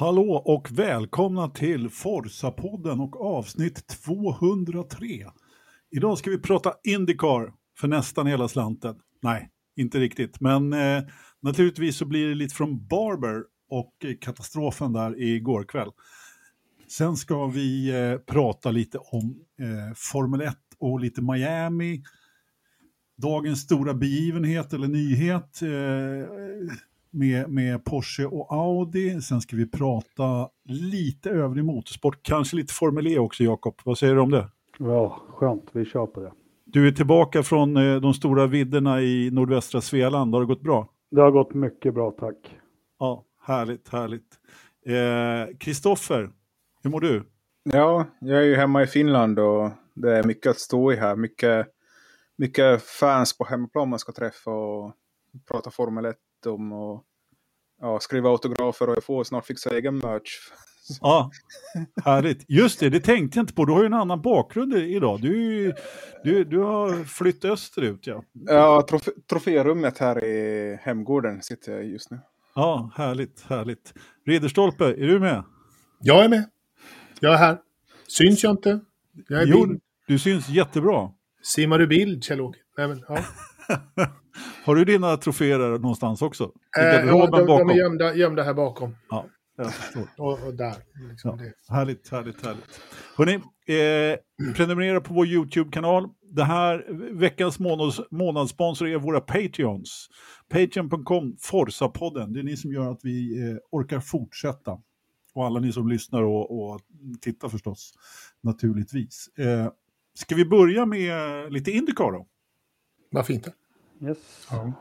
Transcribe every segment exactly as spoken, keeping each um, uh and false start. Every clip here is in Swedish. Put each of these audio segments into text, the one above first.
Hallå och välkomna till Forza-podden och avsnitt tvåhundratre. Idag ska vi prata IndyCar för nästan hela slanten. Nej, inte riktigt. Men eh, naturligtvis så blir det lite från Barber och katastrofen där igår kväll. Sen ska vi eh, prata lite om eh, Formel ett och lite Miami. Dagens stora begivenhet eller nyhet eh, med, med Porsche och Audi. Sen ska vi prata lite övrig motorsport. Kanske lite Formel E också, Jakob. Vad säger du om det? Ja, skönt. Vi kör på det. Du är tillbaka från eh, de stora vidderna i nordvästra Svealand. Har det gått bra? Det har gått mycket bra, tack. Ja, härligt, härligt. Kristoffer, eh, hur mår du? Ja, jag är ju hemma i Finland och det är mycket att stå i här. Mycket, mycket fans på hemmaplan man ska träffa och prata Formel ett om och ja, skriva autografer och jag får snart fixa egen merch. Ja, härligt. Just det, det tänkte jag inte på. Du har ju en annan bakgrund idag. Du, du, du har flyttat österut, ja. Ja, trofe, troférummet här i hemgården sitter jag just nu. Ja, härligt, härligt. Ridderstolpe, är du med? Jag är med. Jag är här. Syns jag inte? Jag är jo, bild. Du syns jättebra. Simmar du bild, Kjell-Åke? Nej, men, ja. Har du dina troféer någonstans också? Äh, ja, de, de är gömda, gömda här bakom. Ja, jag förstår. och, och där. Liksom ja, det. Härligt, härligt, härligt. Hörrni, eh, prenumerera på vår YouTube-kanal. Det här veckans månads, månadssponsor är våra Patreons. Patreon punkt com Forza-podden. Det är ni som gör att vi eh, orkar fortsätta. Och alla ni som lyssnar och, och tittar förstås, naturligtvis. Eh, ska vi börja med lite IndyCar då? Vad fint det. Yes. Ja.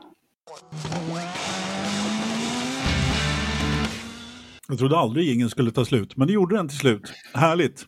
Jag trodde aldrig ingen skulle ta slut, men det gjorde den till slut. Härligt.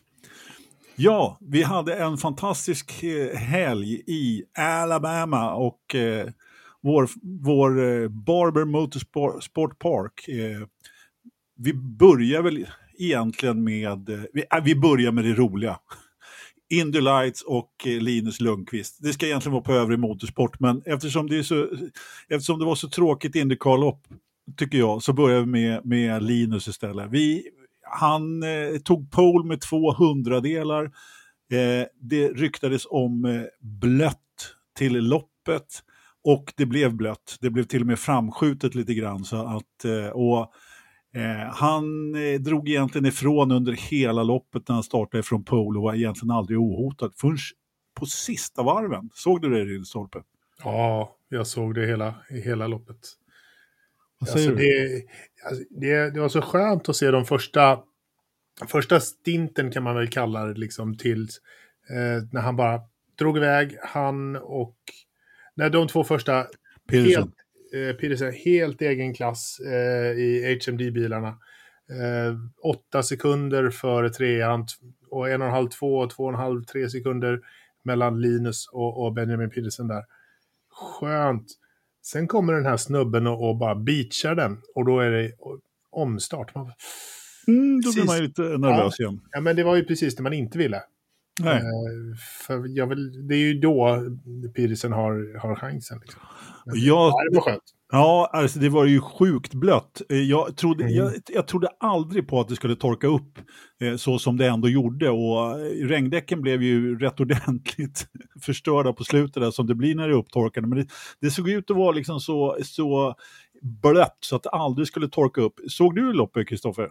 Ja, vi hade en fantastisk helg i Alabama och eh, vår, vår eh, Barber Motorsport Park. Eh, vi börjar väl egentligen med, eh, vi, äh, vi börjar med det roliga. Indy Lights och eh, Linus Lundqvist. Det ska egentligen vara på övrig motorsport, men eftersom det, är så, eftersom det var så tråkigt IndyCar-lopp tycker jag, så börjar vi med, med Linus istället. Vi, han eh, tog pole med två hundradelar. Eh, det ryktades om eh, blött till loppet och det blev blött. Det blev till och med framskjutet lite grann. Så att, eh, och, eh, han eh, drog egentligen ifrån under hela loppet när han startade från pole och var egentligen aldrig ohotad. Förrän på sista varven. Såg du det, Ridderstolpe? Ja, jag såg det hela, i hela loppet. Alltså det, alltså det, det var så skönt att se de första första stinten kan man väl kalla det liksom till eh, när han bara drog iväg han och när de två första Peterson. helt, eh, Peterson, helt egen klass eh, i H M D-bilarna eh, åtta sekunder före trean och en och en halv, två, två och en halv, tre sekunder mellan Linus och, och Benjamin Peterson där. Skönt. Sen kommer den här snubben och, och bara beachar den. Och då är det omstart. Man, mm, då blir man ju lite nervös ja, igen. Ja, men det var ju precis det man inte ville. Nej. Eh, för jag vill, det är ju då Peterson har, har chansen. Liksom. Men, jag, ja, det var skönt. Ja, alltså det var ju sjukt blött. Jag trodde, Mm. jag, jag trodde aldrig på att det skulle torka upp eh, så som det ändå gjorde. Och regndäcken blev ju rätt ordentligt förstörda på slutet där, som det blir när det är upptorkade. Men det, det såg ut att vara liksom så, så blött så att det aldrig skulle torka upp. Såg du loppet, Kristoffer?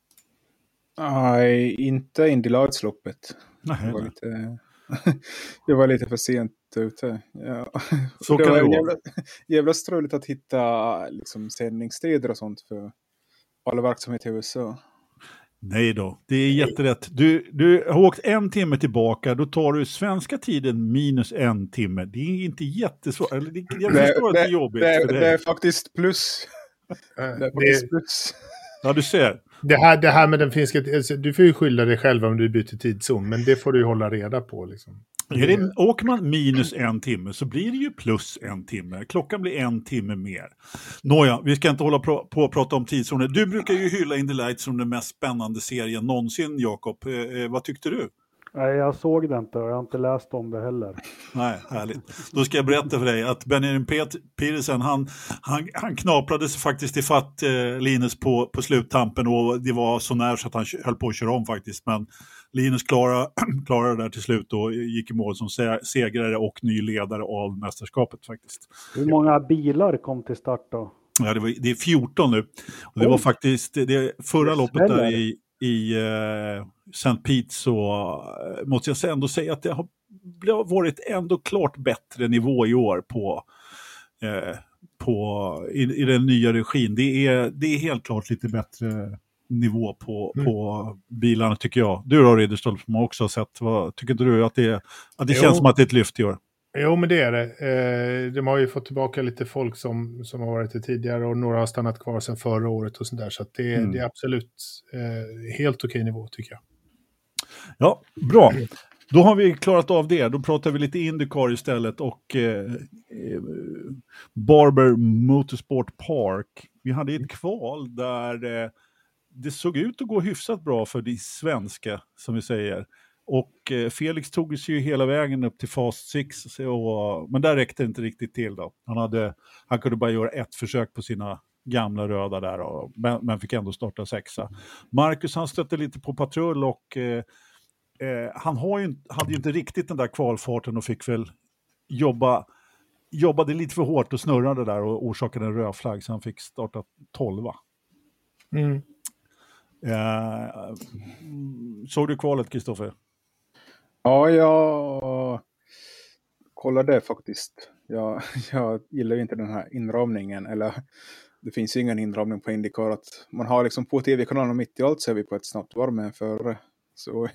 Nej, inte Indy Lights-loppet. Nej, det, var lite, det var lite för sent ute. Ja. Så det kan var det vara. jävla, jävla ströligt att hitta liksom, sändningstider och sånt för alla verksamheter i U S A. Nej då, det är jätterätt. Du, du har åkt en timme tillbaka, då tar du svenska tiden minus en timme. Det är inte jättesvårt. Eller, det, jag det, förstår det, att det är jobbigt. Det, för det är faktiskt plus. Eh, Det är faktiskt det, plus. Ja, du ser. det, här, det här med den finska... Alltså, du får ju skylla dig själv om du byter tidszon. Men det får du ju hålla reda på. Liksom. Är det, åker man minus en timme så blir det ju plus en timme. Klockan blir en timme mer. Nåja, vi ska inte hålla på, på att prata om tidszoner. Du brukar ju hylla Indy Lights som den mest spännande serien någonsin, Jakob. Eh, vad tyckte du? Nej, jag såg det inte och jag har inte läst om det heller. Nej, härligt. Då ska jag berätta för dig att Benjamin Pedersen, han, han, han knaprade sig faktiskt i fatt eh, Linus på, på sluttampen och det var så när så att han höll på att köra om faktiskt. Men Linus klarade, klarade det där till slut och gick i mål som segrare och ny ledare av mästerskapet faktiskt. Hur många bilar kom till start då? Ja, det, var, det är fjorton nu. Och det Oj. var faktiskt det förra Det loppet där i, i uh, Saint Pete så uh, måste jag ändå säga att det har, det har varit ändå klart bättre nivå i år på, uh, på i, i den nya regin. Det är, det är helt klart lite bättre nivå på, mm. på bilarna tycker jag. Du då Ridderstolpe som också har sett, vad, tycker inte du att det, att det känns som att det är ett lyft i år? Jo, men det är det. Eh, de har ju fått tillbaka lite folk som, som har varit det tidigare och några har stannat kvar sedan förra året och sånt där. Så att det, mm. det är absolut eh, helt okej nivå tycker jag. Ja, bra. Då har vi klarat av det. Då pratar vi lite IndyCar istället och eh, Barber Motorsport Park. Vi hade ett kval där eh, det såg ut att gå hyfsat bra för de svenska, som vi säger. Och eh, Felix tog sig ju hela vägen upp till Fast Six, och, men där räckte det inte riktigt till då. Han, hade, han kunde bara göra ett försök på sina gamla röda där, och, men, men fick ändå starta sexa. Marcus han stötte lite på patrull och eh, eh, han har ju, hade ju inte riktigt den där kvalfarten och fick väl jobba, jobbade lite för hårt och snurrade där och orsakade en rödflagg så han fick starta tolva. Mm. Eh, såg du kvalet, Kristoffer? Ja, jag kollade faktiskt. Jag, jag gillar ju inte den här inramningen. Eller det finns ju ingen inramning på IndyCar. Att man har liksom på tv-kanalen mitt i allt så är vi på ett snabbt varv med för. Så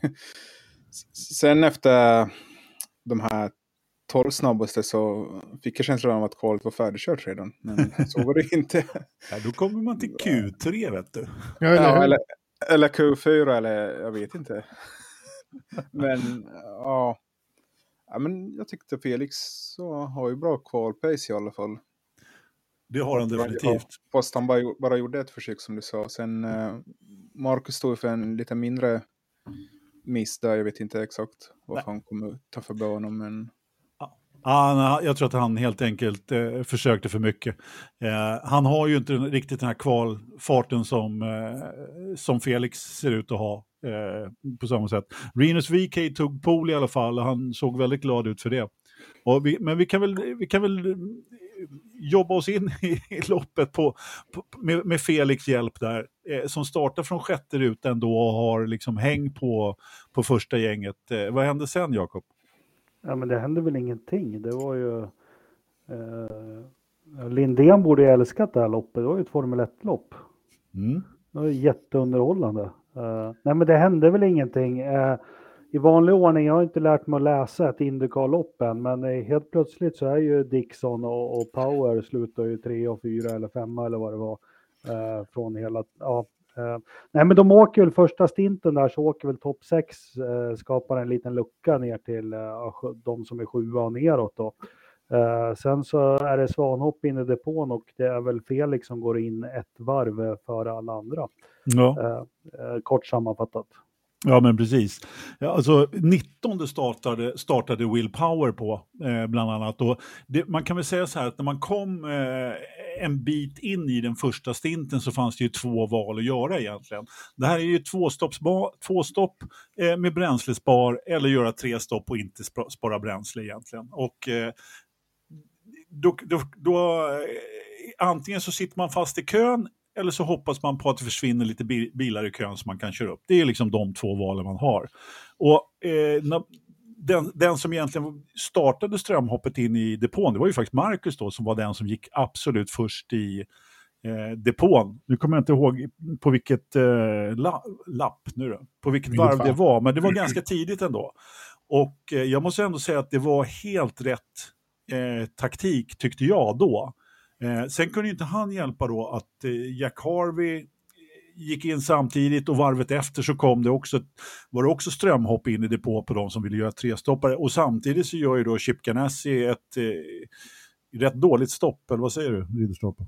sen efter de här tolv snabbaste så fick jag känslan av att kvalet var färdigkört redan. Men så var det inte. Ja, då kommer man till Q tre, vet du. Ja, eller, ja, eller, eller Q fyra, eller jag vet inte. Men ja. ja, men jag tyckte Felix så har ju bra kvalpace i alla fall. Det har han definitivt. Ja, fast han bara, bara gjorde ett försök som du sa. Sen eh, Marcus stod för en lite mindre miss där. Jag vet inte exakt vad han kommer ta för banan, men... Ja, jag tror att han helt enkelt eh, försökte för mycket. Eh, han har ju inte riktigt den här kvalfarten som, eh, som Felix ser ut att ha eh, på samma sätt. Renus V K tog pole i alla fall och han såg väldigt glad ut för det. Och vi, men vi kan, väl, vi kan väl jobba oss in i, i loppet på, på, med, med Felix hjälp där. Eh, som startar från sjätte rutan då och har liksom häng på, på första gänget. Eh, vad hände sen, Jakob? Ja, men det hände väl ingenting. Det var ju... Eh, Lindén borde ju älskat det här loppet. Det var ju ett Formel ett-lopp. Mm. Det var jätteunderhållande. Eh, nej, men det hände väl ingenting. Eh, I vanlig ordning, jag har inte lärt mig att läsa ett IndyCar-lopp än, men eh, helt plötsligt så är ju Dixon och, och Power slutar ju tre och fyra eller femma eller vad det var. Eh, från hela... Ja, Uh, nej, men de åker väl första stinten där, så åker väl topp sex, uh, skapar en liten lucka ner till uh, de som är sjua och neråt då. Uh, sen så är det svanhopp in i depån och det är väl Felix som går in ett varv före alla andra. Ja. Uh, uh, kort sammanfattat. Ja, men precis. Ja, alltså nittonde startade, startade Will Power på eh, bland annat. Och det, man kan väl säga så här att när man kom eh, en bit in i den första stinten så fanns det ju två val att göra egentligen. Det här är ju två, två stopp eh, med bränslespar eller göra tre stopp och inte spara bränsle egentligen. Och eh, då, då, då eh, antingen så sitter man fast i kön eller så hoppas man på att det försvinner lite bilar i kön som man kan köra upp. Det är liksom de två valen man har. Och eh, när, den, den som egentligen startade strömhoppet in i depån, det var ju faktiskt Marcus då som var den som gick absolut först i eh, depån. Nu kommer jag inte ihåg på vilket eh, la, lapp nu då, på vilket varv det var, men det var ganska tidigt ändå. Och eh, jag måste ändå säga att det var helt rätt eh, taktik tyckte jag då. Eh, sen kunde inte han hjälpa då att eh, Jack Harvey gick in samtidigt och varvet efter så kom det också, var det också strömhopp in i depå på de som ville göra tre stoppare. Och samtidigt så gör ju då Chip Ganassi ett eh, rätt dåligt stopp, eller vad säger du, Ridderstolpe?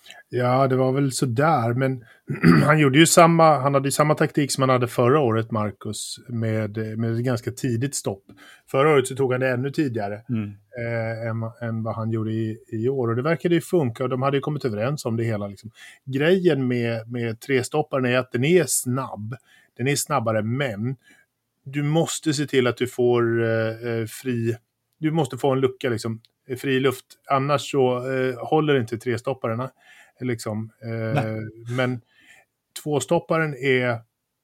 Ja, det var väl sådär, men han gjorde ju samma, han hade ju samma taktik som han hade förra året, Marcus, med, med ett ganska tidigt stopp. Förra året så tog han det ännu tidigare Mm. eh, än, än vad han gjorde i, i år. Och det verkade ju funka och de hade ju kommit överens om det hela. Liksom. Grejen med, med trestopparen är att den är snabb. Den är snabbare, men du måste se till att du får eh, fri, du måste få en lucka liksom, fri luft. Annars så eh, håller inte trestopparna. Liksom. Eh, men tvåstopparen är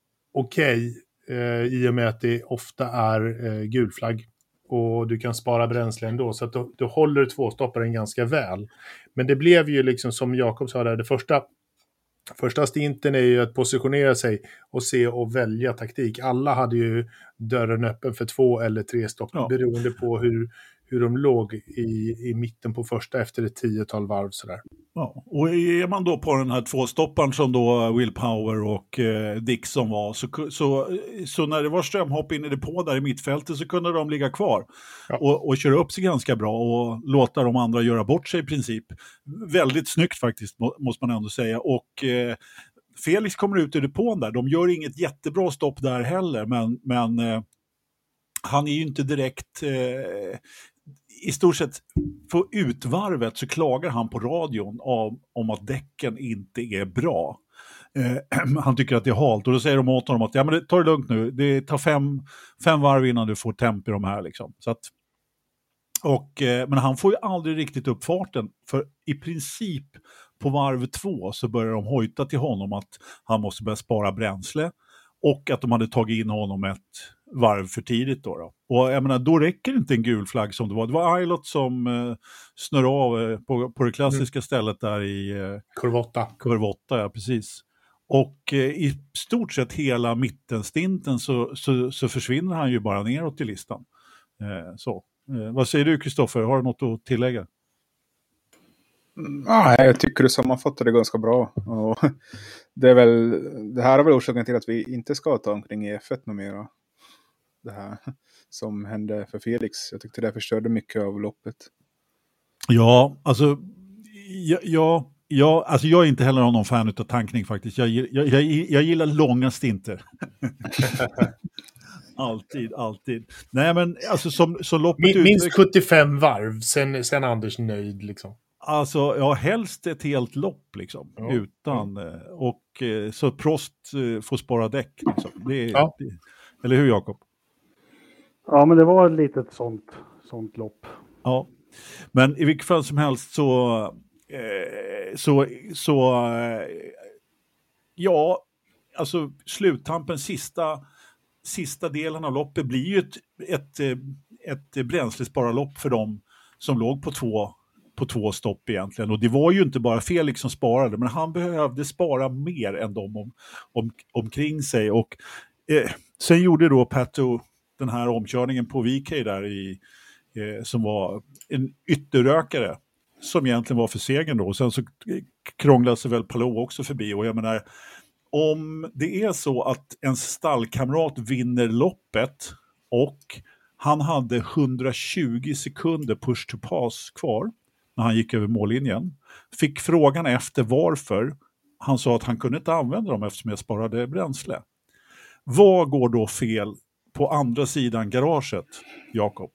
okej okay, eh, i och med att det ofta är eh, gulflagg. Och du kan spara bränsle ändå. Så att du, du håller tvåstopparen ganska väl. Men det blev ju liksom som Jakob sa där, det första Första stinten är ju att positionera sig och se och välja taktik. Alla hade ju dörren öppen för två eller tre stopp ja. beroende på hur, hur de låg i, i mitten på första efter ett tiotal varv. Sådär. Ja, och är man då på den här tvåstopparen som då Will Power och eh, Dixon var, så, så, så när det var strömhopp in i depå där i mittfältet så kunde de ligga kvar ja. och, och köra upp sig ganska bra och låta de andra göra bort sig i princip. Väldigt snyggt faktiskt, måste man ändå säga. Och eh, Felix kommer ut ur depån där. De gör inget jättebra stopp där heller, men, men eh, han är ju inte direkt... Eh, I stort sett på utvarvet så klagar han på radion om, om att däcken inte är bra. Eh, han tycker att det är halt och då säger de åt honom att ja, men det, ta det lugnt nu. Det tar fem, fem varv innan du får temp i de här. Liksom. Så att, och, eh, men han får ju aldrig riktigt upp farten, för i princip på varv två så börjar de hojta till honom att han måste börja spara bränsle och att de hade tagit in honom ett varv för tidigt då, då. Och jag menar, då räcker inte en gul flagg som det var. Det var Ilott som eh, snurrade av eh, på, på det klassiska mm. stället där i eh, Kurvotta. Kurvotta, ja precis. Och eh, i stort sett hela mittenstinten så, så, så försvinner han ju bara neråt i listan. Eh, så. Eh, vad säger du, Kristoffer? Har du något att tillägga? Mm, ah, jag tycker du sammanfattar det ganska bra. Och det, är väl, det här är väl orsaken till att vi inte ska ta omkring i F ett numera. Det här som hände för Felix. Jag tyckte det förstörde mycket av loppet. Ja, alltså jag, jag, jag, alltså jag är inte heller någon fan av tankning faktiskt. Jag, jag, jag, jag gillar långa stinter. alltid, alltid. Nej, men alltså som, som loppet Min, minst sjuttiofem varv, sen, sen Anders nöjd liksom. Alltså, ja, helst ett helt lopp liksom, ja. utan, Mm. och så Prost får spara däck liksom. Det, ja. det, eller hur, Jakob? Ja, men det var ett litet sånt, sånt lopp. Ja, men i vilket fall som helst så, eh, så, så eh, ja, alltså sluttampen, sista, sista delen av loppet blir ju ett, ett, ett bränslespararlopp för dem som låg på två, på två stopp egentligen. Och det var ju inte bara Felix som sparade, men han behövde spara mer än dem om, om, omkring sig. Och eh, sen gjorde då Pato den här omkörningen på V K där i, eh, som var en ytterrökare som egentligen var för segern då. Och sen så krånglade sig väl Palou också förbi. Och jag menar, om det är så att en stallkamrat vinner loppet och han hade hundratjugo sekunder push to pass kvar när han gick över mållinjen, fick frågan efter varför, han sa att han kunde inte använda dem eftersom jag sparade bränsle. Vad går då fel på andra sidan garaget, Jakob?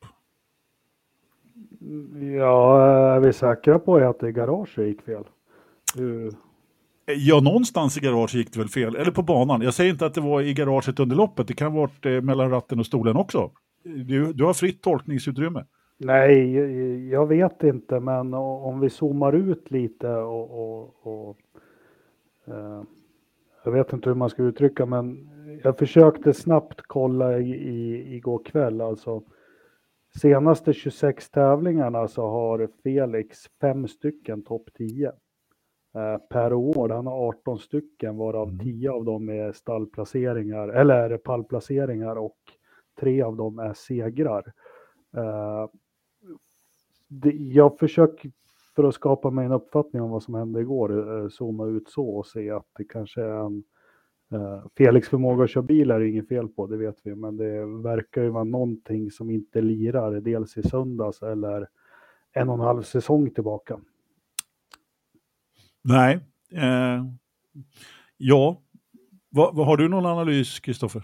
Ja, är vi säkra på att det i garaget gick fel? Uh. Ja, någonstans i garaget gick det väl fel. Eller på banan. Jag säger inte att det var i garaget under loppet. Det kan ha varit eh, mellan ratten och stolen också. Du, du har fritt tolkningsutrymme. Nej, jag vet inte. Men om vi zoomar ut lite och... och, och eh, jag vet inte hur man ska uttrycka, men jag försökte snabbt kolla i, i, igår kväll. Alltså, senaste tjugosex tävlingarna så har Felix fem stycken topp tio. Eh, per år. Han har arton stycken, varav mm. tio av dem är stallplaceringar eller pallplaceringar och tre av dem är segrar. Eh, det, jag försöker för att skapa mig en uppfattning om vad som hände igår eh, zooma ut så och se att det kanske är en eh, Felix förmåga att köra bil är det inget fel på, det vet vi, men det verkar ju vara någonting som inte lirar dels i söndags eller en och en halv säsong tillbaka. Nej. Eh, ja. Va, va, har du någon analys, Kristoffer?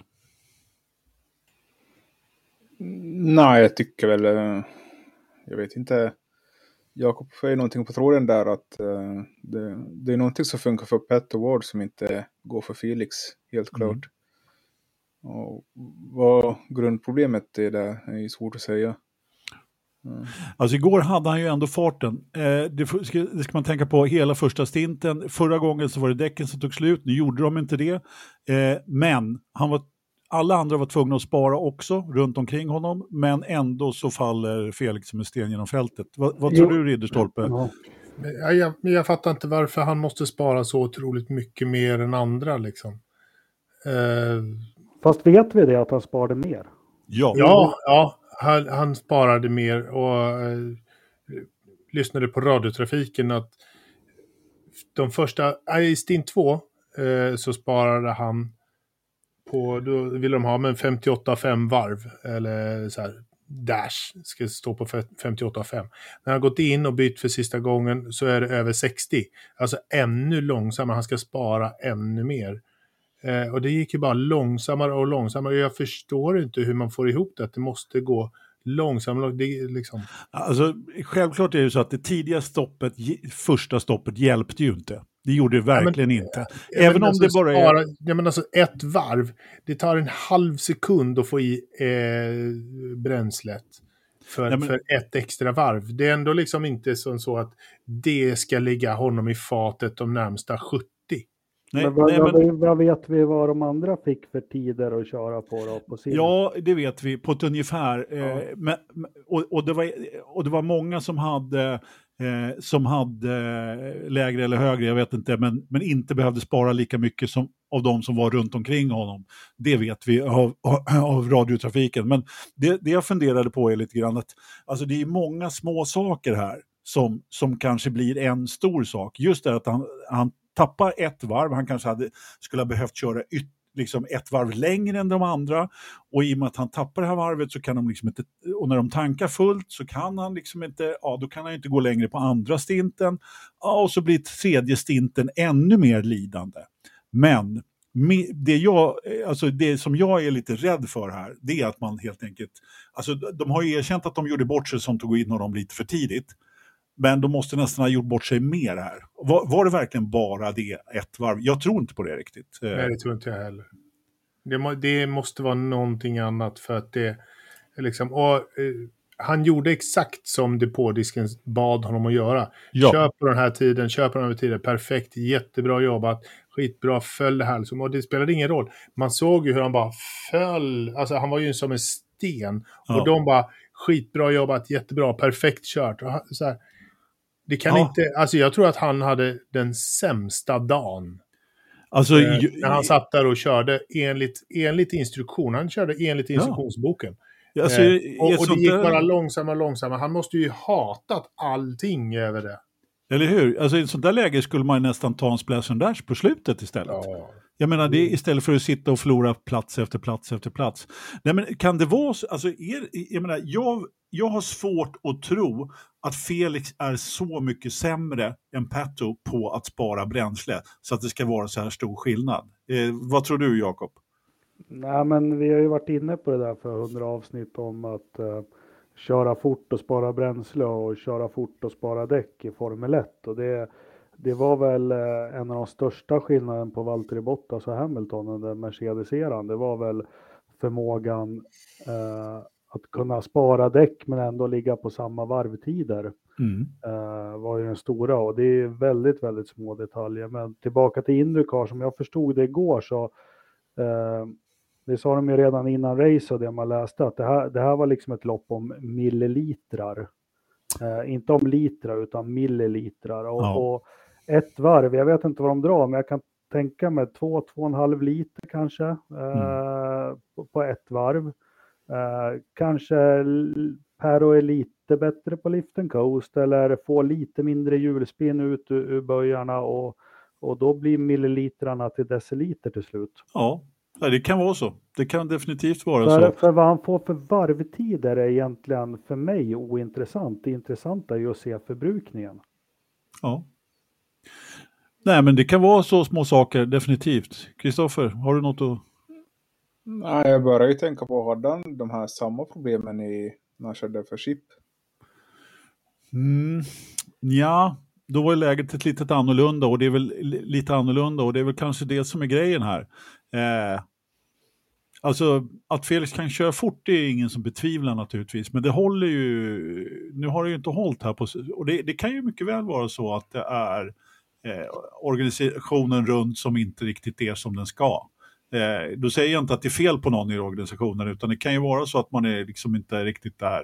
Nej, jag tycker väl... eh, Jag vet inte. Jakob säger någonting på tråden där att eh, det, det är någonting som funkar för Pet och Ward som inte går för Felix, helt klart. Mm. Och vad grundproblemet är där är ju svårt att säga. Mm. Alltså igår hade han ju ändå farten. Eh, det, ska, det ska man tänka på hela första stinten. Förra gången så var det däcken som tog slut. Nu gjorde de inte det. Eh, men han var, alla andra var tvungna att spara också runt omkring honom. Men ändå så faller Felix med sten genom fältet. Va, vad tror Jo. du, Ridderstolpe? Ja. Men Jag, jag, men jag fattar inte varför han måste spara så otroligt mycket mer än andra liksom. Eh, Fast vet vi det att han sparade mer? Ja. ja, ja han, han sparade mer och eh, lyssnade på radiotrafiken att de första, nej, i stint två eh, så sparade han på, då ville de ha med femtioåtta komma fem varv eller så här dash ska stå på femtioåtta komma fem. När han gått in och bytt för sista gången så är det över sextio. Alltså ännu långsammare, han ska spara ännu mer. Eh, och det gick ju bara långsammare och långsammare. Jag förstår inte hur man får ihop det, att det måste gå långsammare. Det är liksom... Alltså, självklart är det så att det tidiga stoppet, första stoppet hjälpte ju inte. Det gjorde det verkligen ja, men, inte. Ja, Även om alltså, det bara spara, är... Ja, men alltså ett varv, det tar en halv sekund att få i eh, bränslet för, Nej, men... för ett extra varv. Det är ändå liksom inte som så att det ska ligga honom i fatet de närmsta sjuttio. Nej, men vad, nej, men... vad, vad vet vi vad de andra fick för tider att köra på då, på sin? Ja, det vet vi på ett ungefär. Ja. Eh, men, och, och, det var, och det var många som hade, eh, som hade lägre eller högre, jag vet inte, men, men inte behövde spara lika mycket som av de som var runt omkring honom. Det vet vi av, av radiotrafiken. Men det, det jag funderade på är lite grann att alltså det är många små saker här som, som kanske blir en stor sak. Just det att han, han tappar ett varv, han kanske hade, skulle ha behövt köra yt, liksom ett varv längre än de andra, och i och med att han tappar det här varvet så kan de liksom inte, och när de tankar fullt så kan han liksom inte, ja då kan han inte gå längre på andra stinten, ja, och så blir tredje stinten ännu mer lidande. Men det, jag, alltså det som jag är lite rädd för här, det är att man helt enkelt, alltså de har ju erkänt att de gjorde bort sig som tog in honom lite för tidigt. Men de måste nästan ha gjort bort sig mer här. Var, var det verkligen bara det ett varv? Jag tror inte på det riktigt. Nej, det tror inte jag heller. Det, må, det måste vara någonting annat för att det liksom... Och, eh, han gjorde exakt som depådisken bad honom att göra. Ja. Kör på den här tiden, kör på den här tiden. Perfekt, jättebra jobbat. Skitbra, följ det här. Liksom. Och det spelade ingen roll. Man såg ju hur han bara föll. Alltså han var ju som en sten. Ja. Och de bara, skitbra jobbat, jättebra, perfekt kört. Och så här, det kan Ja. inte, alltså jag tror att han hade den sämsta dagen. Alltså, Eh, när han satt där och körde enligt, enligt instruktion. Han körde enligt instruktionsboken. Ja. Alltså, eh, och, och det gick där... bara långsammare och långsammare. Han måste ju hatat allting över det. Eller hur? Alltså i ett sånt där läge skulle man nästan ta en splash and dash på slutet istället. Ja. Jag menar, det är istället för att sitta och förlora plats efter plats efter plats. Nej, men kan det vara så, alltså er, jag menar, jag, jag har svårt att tro att Felix är så mycket sämre än Pato på att spara bränsle så att det ska vara så här stor skillnad. Eh, vad tror du, Jakob? Nej, men vi har ju varit inne på det där för hundra avsnitt om att uh, köra fort och spara bränsle och köra fort och spara däck i Formel ett. Och det, det var väl uh, en av de största skillnaden på Valtteri Bottas och Hamilton under Mercedes-eran. Det var väl förmågan uh, att kunna spara däck men ändå ligga på samma varvtider. Mm. Uh, var ju den stora, och det är väldigt, väldigt små detaljer. Men tillbaka till Indycar, som jag förstod det igår så uh, det sa de ju redan innan race och det man läste, att det här, det här var liksom ett lopp om millilitrar. Uh, inte om litrar utan millilitrar. Och, Ja. och ett varv, jag vet inte vad de drar, men jag kan tänka mig två, två och en halv liter kanske uh, mm. på, på ett varv. Uh, kanske Perro är lite bättre på lift and coast eller får lite mindre hjulspinn ut ur, ur böjarna, och, och då blir millilitrarna till deciliter till slut. Ja, det kan vara så. Det kan definitivt vara för, så. För vad han får för varvtider är egentligen för mig ointressant. Det intressanta är ju att se förbrukningen. Ja. Nej, men det kan vara så små saker, definitivt. Kristoffer, har du något att... Nej, jag börjar ju tänka på, hade han de här samma problemen i, när han körde för Chip? Mm, ja, då var läget ett litet annorlunda och det är väl lite annorlunda och det är väl kanske det som är grejen här. Eh, alltså att Felix kan köra fort, det är ingen som betvivlar naturligtvis, men det håller ju, nu har det ju inte hållit här på, och det, det kan ju mycket väl vara så att det är eh, organisationen runt som inte riktigt är som den ska. Eh, då säger jag inte att det är fel på någon i organisationen, utan det kan ju vara så att man är liksom inte riktigt där.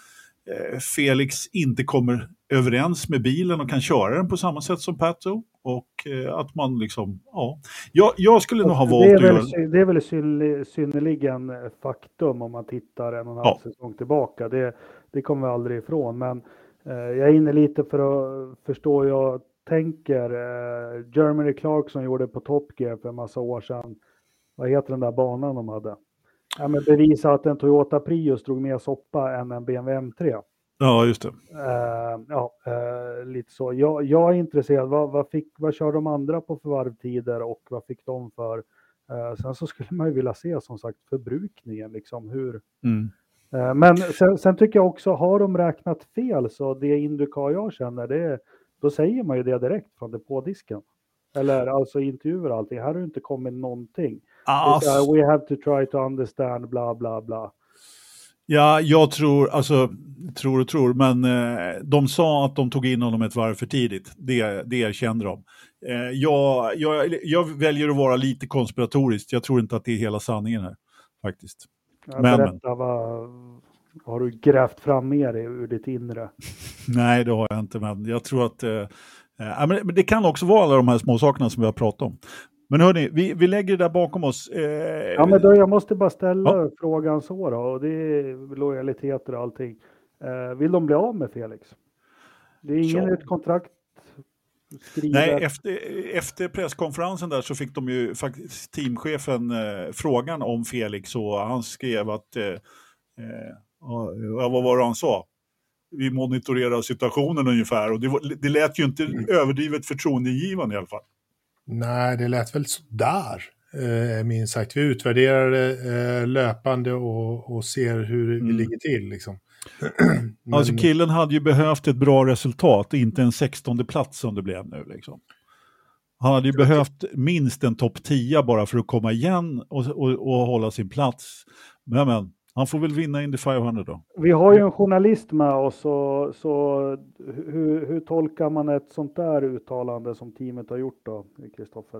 Eh, Felix inte kommer överens med bilen och kan köra den på samma sätt som Pato, och eh, att man liksom, ja. Jag, jag skulle nog ha valt det är att väl, göra... Det är väl synnerligen, synnerligen faktum om man tittar en och en halv Ja. säsong tillbaka. Det, det kommer vi aldrig ifrån, men eh, jag är inne lite för att förstå, jag tänker eh, Jeremy Clarkson gjorde på Top Gear för en massa år sedan. Vad heter den där banan de hade? Ja, men bevisa att en Toyota Prius drog mer soppa än en B M W M tre. Ja, just det. Uh, ja, uh, lite så. Jag, jag är intresserad. Vad, vad, fick, vad kör de andra på för varvtider och vad fick de för? Uh, sen så skulle man ju vilja se som sagt förbrukningen. Liksom, hur. Mm. Uh, men sen, sen tycker jag också, har de räknat fel så det Indycar jag känner, det, då säger man ju det direkt från depådisken. Eller alltså intervjuer och allting. Här har det inte kommit någonting. Alltså, Här, we have to try to understand bla bla bla. ja, jag tror, alltså, tror och tror, men eh, de sa att de tog in honom ett varv för tidigt. Det, det erkände de. Eh, jag, jag, jag väljer att vara lite konspiratorisk. Jag tror inte att det är hela sanningen här, faktiskt. Jag men, berätta, vad har du grävt fram mer ur ditt inre? Nej, det har jag inte, men jag tror att... Eh, eh, men det kan också vara alla de här små sakerna som vi har pratat om. Men hörni, vi, vi lägger det där bakom oss. Eh, ja, men då, jag måste bara ställa ja. frågan så då, och det är lojaliteter och allting. Eh, vill de bli av med Felix? Det är ingen Ja. ett kontrakt skrivet. Nej, efter, efter presskonferensen där så fick de ju faktiskt teamchefen eh, frågan om Felix, och han skrev att, eh, eh, vad var det han sa? Vi monitorerar situationen ungefär, och det, var, det lät ju inte mm. överdrivet förtroendegivande i alla fall. Nej, det lät väl sådär, eh, minst sagt. Vi utvärderar det eh, löpande och, och ser hur mm. vi ligger till. Liksom. Men... Alltså killen hade ju behövt ett bra resultat, inte en sextonde plats som det blev nu. Liksom. Han hade ju behövt minst en topp tio bara för att komma igen och, och, och hålla sin plats. Men, men han får väl vinna Indy femhundra då. Vi har ju en journalist med oss, så, så hur, hur tolkar man ett sånt där uttalande som teamet har gjort då, Kristoffer?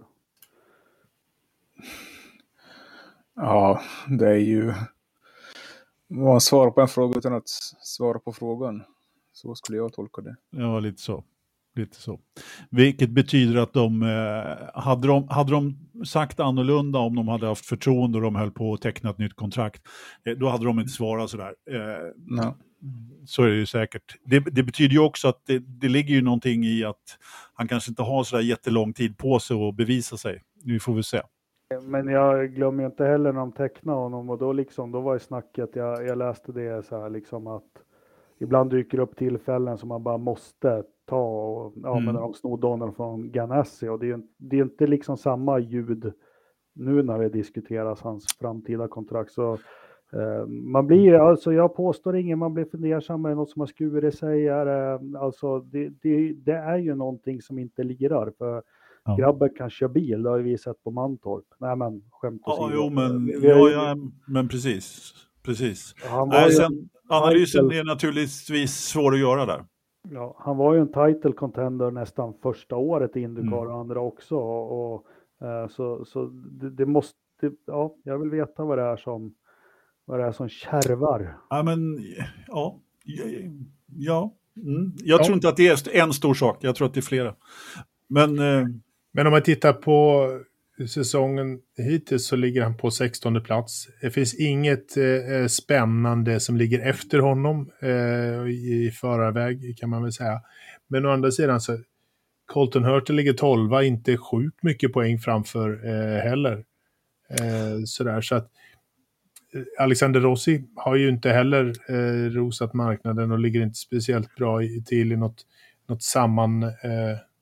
Ja, det är ju... Man svarar på en fråga utan att svara på frågan. Så skulle jag tolka det. Ja, lite så. Lite så. Vilket betyder att de, eh, hade de hade de sagt annorlunda om de hade haft förtroende och de höll på att teckna ett nytt kontrakt, eh, då hade de inte svarat sådär. Eh, no. Så är det ju säkert. Det, det betyder ju också att det, det ligger ju någonting i att han kanske inte har sådär jättelång tid på sig att bevisa sig. Nu får vi se. Men jag glömmer ju inte heller när de tecknade honom, och då liksom, då var ju snacket, jag, jag läste det så här liksom att ibland dyker upp tillfällen som man bara måste ta, och ja, mm. men de snodde honom från Ganassi, och det är ju det är inte liksom samma ljud nu när det diskuteras hans framtida kontrakt, så eh, man blir, alltså jag påstår ingen, man blir fundersam med något som har skurit sig här, eh, alltså det, det, det är ju någonting som inte lirar, för ja. Grabben kan köra bil, det har vi sett på Mantorp. Nej men, skämt ja, åsido. jo, men, vi, vi ja, ju... ja, men precis. Precis. Han var Nej, ju sen, analysen title... är naturligtvis svår att göra där. Ja, han var ju en title contender nästan första året i Indycar och mm. andra också. Och, och, uh, så så det, det måste, ja, jag vill veta vad det är som, vad det är som kärvar. Ja, men, ja, ja. Mm. Jag ja. tror inte att det är en stor sak, jag tror att det är flera. Men, uh... men om man tittar på säsongen hittills så ligger han på sextonde plats. Det finns inget eh, spännande som ligger efter honom eh, i förarväg kan man väl säga. Men å andra sidan så Colton Herta ligger tolva, inte sjukt mycket poäng framför eh, heller. Eh, sådär, så att Alexander Rossi har ju inte heller eh, rosat marknaden och ligger inte speciellt bra i, till i något, något samman, eh,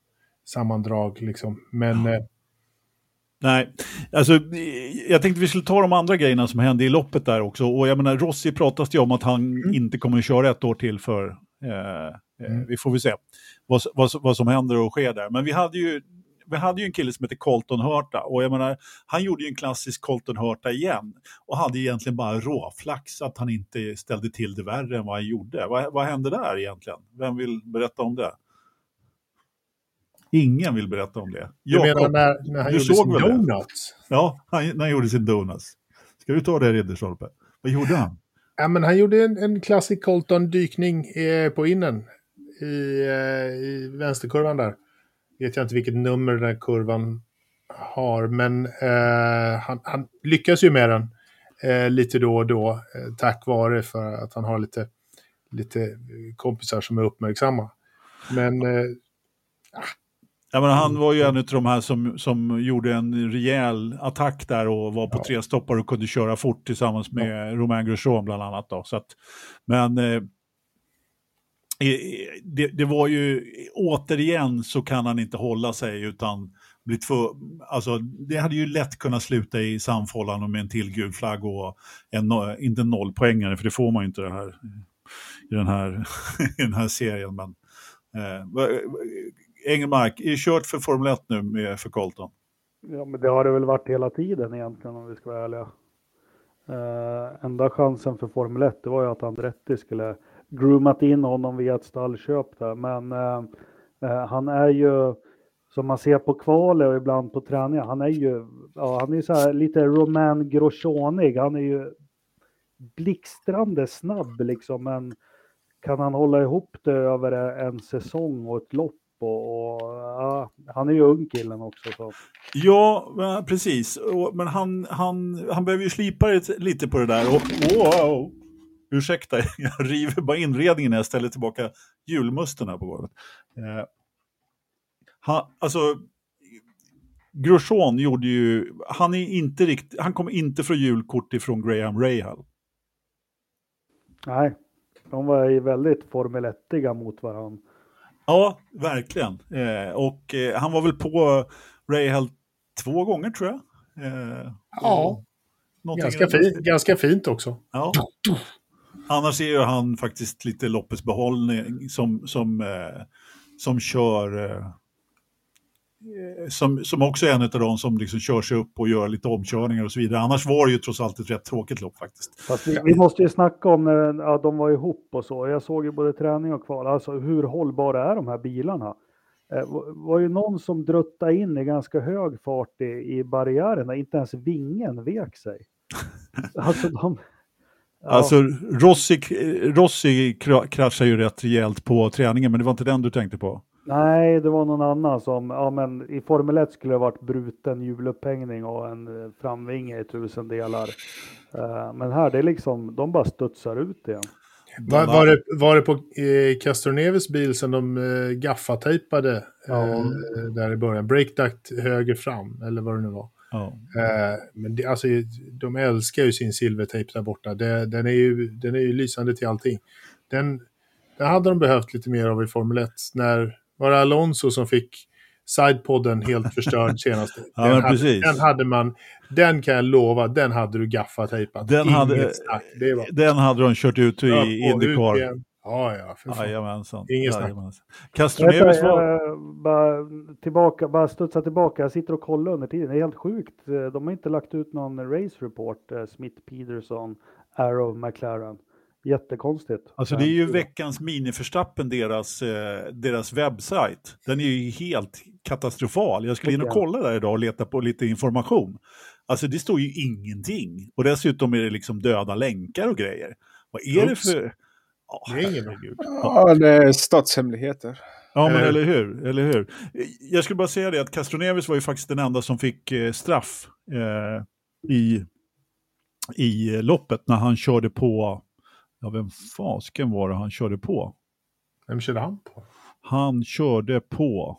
sammandrag liksom. Men... Ja. Eh, Nej, alltså jag tänkte vi skulle ta de andra grejerna som hände i loppet där också. Och jag menar, Rossi pratas ju om att han mm. inte kommer att köra ett år till för... Eh, mm. Vi får väl se vad, vad, vad som händer och sker där. Men vi hade ju... Vi hade ju en kille som heter Colton Hurta och jag menar, han gjorde ju en klassisk Colton Hurta igen och hade egentligen bara råflax att han inte ställde till det värre än vad han gjorde. Vad, vad hände där egentligen? Vem vill berätta om det? Ingen vill berätta om det. Du Jacob, menar när, när han gjorde sin donuts? Det? Ja, han, när han gjorde sin donuts. Ska vi ta det, Ridderstolpe? Vad gjorde han? Ja, men han gjorde en, en klassisk Colton-dykning eh, på innen i, eh, i vänsterkurvan där. Vet jag inte vilket nummer den här kurvan har, men eh, han, han lyckas ju med den eh, lite då och då eh, tack vare för att han har lite, lite kompisar som är uppmärksamma. Men eh, ja, men han var ju en av de här som, som gjorde en rejäl attack där och var på ja. tre stoppar och kunde köra fort tillsammans med ja. Romain Grosjean bland annat. Då. Så att, men eh, det, det var ju, återigen så kan han inte hålla sig utan bli två, alltså det hade ju lätt kunnat sluta i samfållan med en till gul flagg och en, inte en nollpoängare, för det får man ju inte det här, i, den här, i den här serien. Men eh, Engelmark, är kört för Formel ett nu med, för Colton? Ja, men det har det väl varit hela tiden egentligen om vi ska vara ärliga. Uh, enda chansen för Formel ett det var ju att Andretti skulle groomat in honom via ett stallköp där. Men uh, uh, han är ju, som man ser på kvalet och ibland på träningen, han är ju ja, han är så här lite Romain Grosjeanig. Han är ju blixtrande snabb liksom, men kan han hålla ihop det över en säsong och ett lopp? Och, och, ja, han är ju ung killen också. Så. Ja, precis. Och, men han, han, han behöver ju slipa lite på det där. Och, wow, ursäkta, jag river bara inredningen när jag ställer tillbaka julmusten här på golvet. Eh, han, alltså, Grosjean gjorde ju, han är inte riktigt, han kommer inte från julkort ifrån Graham Rahal. Nej, de var ju väldigt Formel ett-iga mot varandra. Ja, verkligen. Eh, och eh, han var väl på Rahal två gånger tror jag. Eh, ja, ganska, fin, ganska fint också. Ja. Annars är ju han faktiskt lite loppets behållning som, som, eh, som kör... Eh, som, som också är en av de som liksom kör sig upp och gör lite omkörningar och så vidare. Annars var det ju trots allt ett rätt tråkigt lopp faktiskt. Fast vi, vi måste ju snacka om när ja, de var ihop och så. Jag såg ju både träning och kval. Alltså hur hållbara är de här bilarna? Det var ju någon som druttade in i ganska hög fart i, i barriären. Inte ens vingen vek sig. Alltså de... Ja. Alltså Rossi, Rossi kraschade ju rätt rejält på träningen, men det var inte den du tänkte på. Nej, det var någon annan som, ja men i Formel ett skulle det ha varit bruten hjulupphängning och en framvinge i tusen delar. Uh, men här, det är liksom, de bara studsar ut igen. Var, var, det, var det på eh, Castroneves bil som de eh, gaffatejpade eh, ja. där i början? Breakduct höger fram, eller vad det nu var. Ja. Eh, men det, alltså, de älskar ju sin silvertejp där borta. Det, den, är ju, den är ju lysande till allting. Den, den hade de behövt lite mer av i Formel ett. När var det Alonso som fick sidepodden helt förstörd senast. Ja, den, hade, den hade man, den kan jag lova, den hade du gaffatejpat. Den hade, det var... den hade de kört ut i ja, Indycar. Ja, ja, för fan. Jajamensan. Inget snack. Castroneves var... bara, tillbaka, bara studsa tillbaka. Jag sitter och kollar under tiden. Det är helt sjukt. De har inte lagt ut någon race report. Smith, Peterson, Arrow, McLaren. Jättekonstigt. Alltså det är ju veckans miniförstappen deras, eh, deras webbsajt. Den är ju helt katastrofal. Jag skulle in och kolla där idag och leta på lite information. Alltså det står ju ingenting. Och dessutom är det liksom döda länkar och grejer. Vad är Oops. det för... Oh, det är ingen gud. Ja, det är statshemligheter. Ja, men eller hur, eller hur. Jag skulle bara säga det att Castroneves var ju faktiskt den enda som fick eh, straff eh, i, i loppet när han körde på... Ja, vem fasken var det han körde på? Vem körde han på? Han körde på...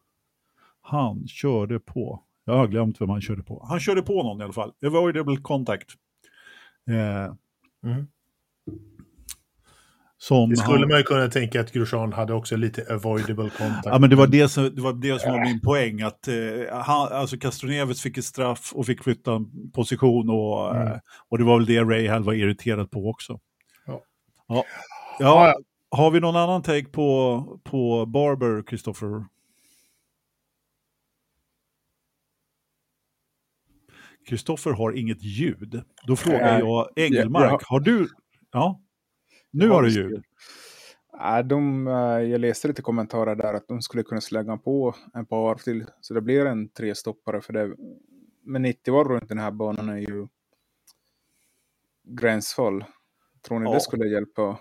Han körde på... Jag har glömt vem han körde på. Han körde på någon i alla fall. Det var ju double contact. Eh, mm. Som Det skulle han, man ju kunna tänka att Grosjean hade också lite avoidable contact. ja, men det var det som, det var, det som var min poäng. Att, eh, han, alltså Castroneves fick ett straff och fick flytta en position. Och, Mm. eh, och det var väl det Rahal var irriterad på också. Ja. Ja. Ja, Ja, har vi någon annan take på, på Barber, Christopher? Christopher har inget ljud. Då frågar jag Engelmark, Ja, ja. har du... Ja, nu har du ljud. Ja, de, jag läste lite kommentarer där att de skulle kunna slänga på en par varv till. Så det blir en tre-stoppare för det. Men nittio var runt den här banan är ju gränsfall. Tror ni Ja. det skulle hjälpa?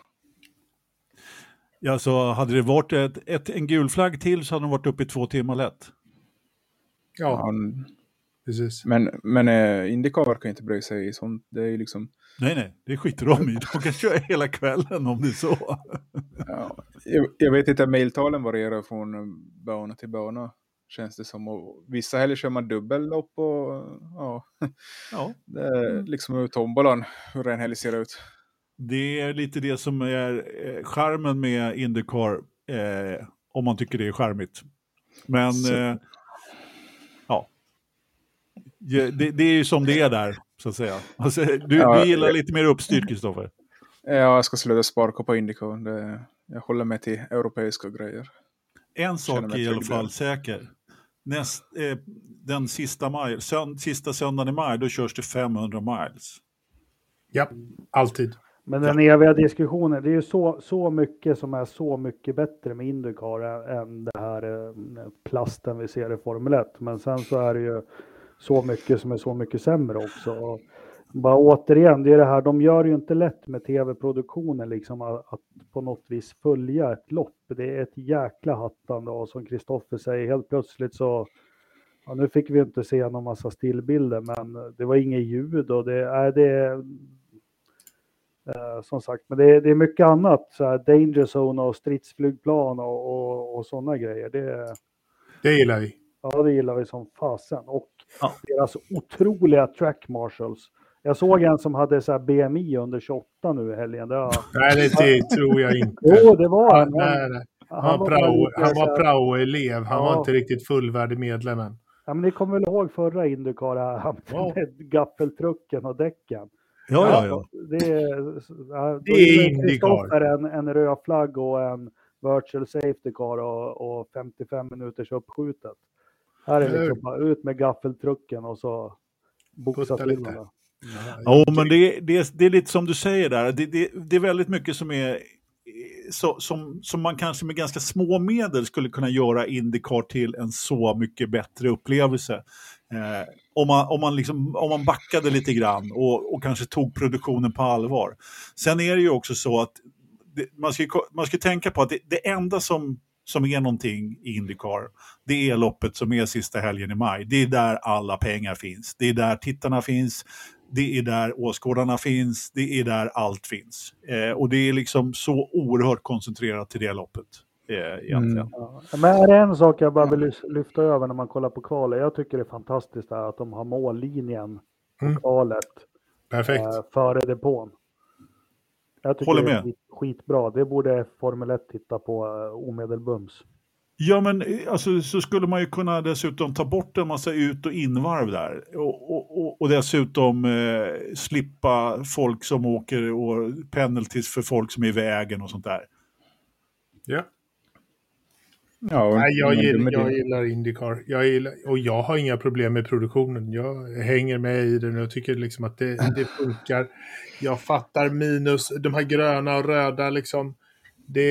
Ja, så hade det varit ett, ett, en gul flagg till så hade de varit uppe i två timmar lätt. ja, Ja, precis. men men eh, Indycar verkar inte bry sig i sånt. Det är ju liksom... Nej, nej, det skiter de i. De kan köra hela kvällen om det är så. Ja, jag, jag vet inte, mailtalen varierar från bana till bana. Känns det som. Och vissa helger kör man dubbellopp och ja. Ja. Det är liksom ur tombolan hur en helg ser ut. Det är lite det som är eh, charmen med Indycar, eh, om man tycker det är charmigt. Men eh, ja, det, det är ju som det är där, så att säga. Alltså, du, Ja, du gillar jag- lite mer uppstyrt, Kristoffer. Ja, jag ska sluta sparka på Indycar. Det, jag håller mig till europeiska grejer. En Känner sak mig är i alla trygg fall där. säker. Näst, eh, den sista, maj, sönd, sista söndagen i maj, då körs det femhundra miles. Ja, alltid. Men den eviga diskussionen, det är ju så, så mycket som är så mycket bättre med Indycar än, än det här eh, plasten vi ser i Formel ett. Men sen så är det ju så mycket som är så mycket sämre också. Och bara återigen, det är det här, de gör ju inte lätt med tv-produktionen liksom att, att på något vis följa ett lopp. Det är ett jäkla hattande och som Kristoffer säger, helt plötsligt så, ja, nu fick vi inte se någon massa stillbilder, men det var inget ljud och det är det. Uh, som sagt, men det är, det är mycket annat, så här danger zone och stridsflygplan och, och, och sådana grejer. Det, Det gillar vi. ja, det gillar vi som fasen. Och Ja. deras otroliga track marshals. Jag såg en som hade så här B M I under tjugoåtta nu i helgen. Det var... Nej, det, det tror jag inte. Jo, det var Ja, han. nej, nej. Han, Han var bara prao, lite han så var här- prao-elev. Han Ja. var inte riktigt fullvärdig medlem än. Ja, men ni kommer väl ihåg förra Indycar här Ja. med gaffeltrucken och däcken. Ja, ja, ja. Det är, ja, Det är då Indycar. Kristoffer en, en röd flagg och en virtual safety car och, och femtiofem minuters uppskjutet. Här är det liksom bara ut med gaffeltrucken och så boxa Putta till lite. den. Jo, men det, det, det är lite som du säger där. Det, det, det är väldigt mycket som är så, som, som man kanske med ganska små medel skulle kunna göra Indycar till en så mycket bättre upplevelse. Eh, om, man, om, man liksom, om man backade lite grann och, och kanske tog produktionen på allvar. Sen är det ju också så att det, man, ska, man ska tänka på att det, det enda som, som är någonting i Indycar, det är loppet som är sista helgen i maj. Det är där alla pengar finns. Det är där tittarna finns. Det är där åskådarna finns. Det är där allt finns. Eh, och det är liksom så oerhört koncentrerat till det loppet. Eh, egentligen. Mm. Ja. Men är det en sak jag bara vill lys- lyfta över när man kollar på kvalet. Jag tycker det är fantastiskt här att de har mållinjen på Mm. kvalet Perfekt. eh, före depån. Jag tycker Håller det är med. skit, skitbra. Det borde Formel ett titta på eh, omedelbums. Ja, men eh, alltså, så skulle man ju kunna dessutom ta bort en massa ut- och invarv där. Och, och, och, och dessutom eh, slippa folk som åker och penalties för folk som är i vägen och sånt där. Ja. Ja, och, Nej, jag, men gillar, med jag din- gillar Indycar. Jag gillar, och jag har inga problem med produktionen. Jag hänger med i den och tycker liksom att det, det funkar. Jag fattar minus, de här gröna och röda liksom. Det,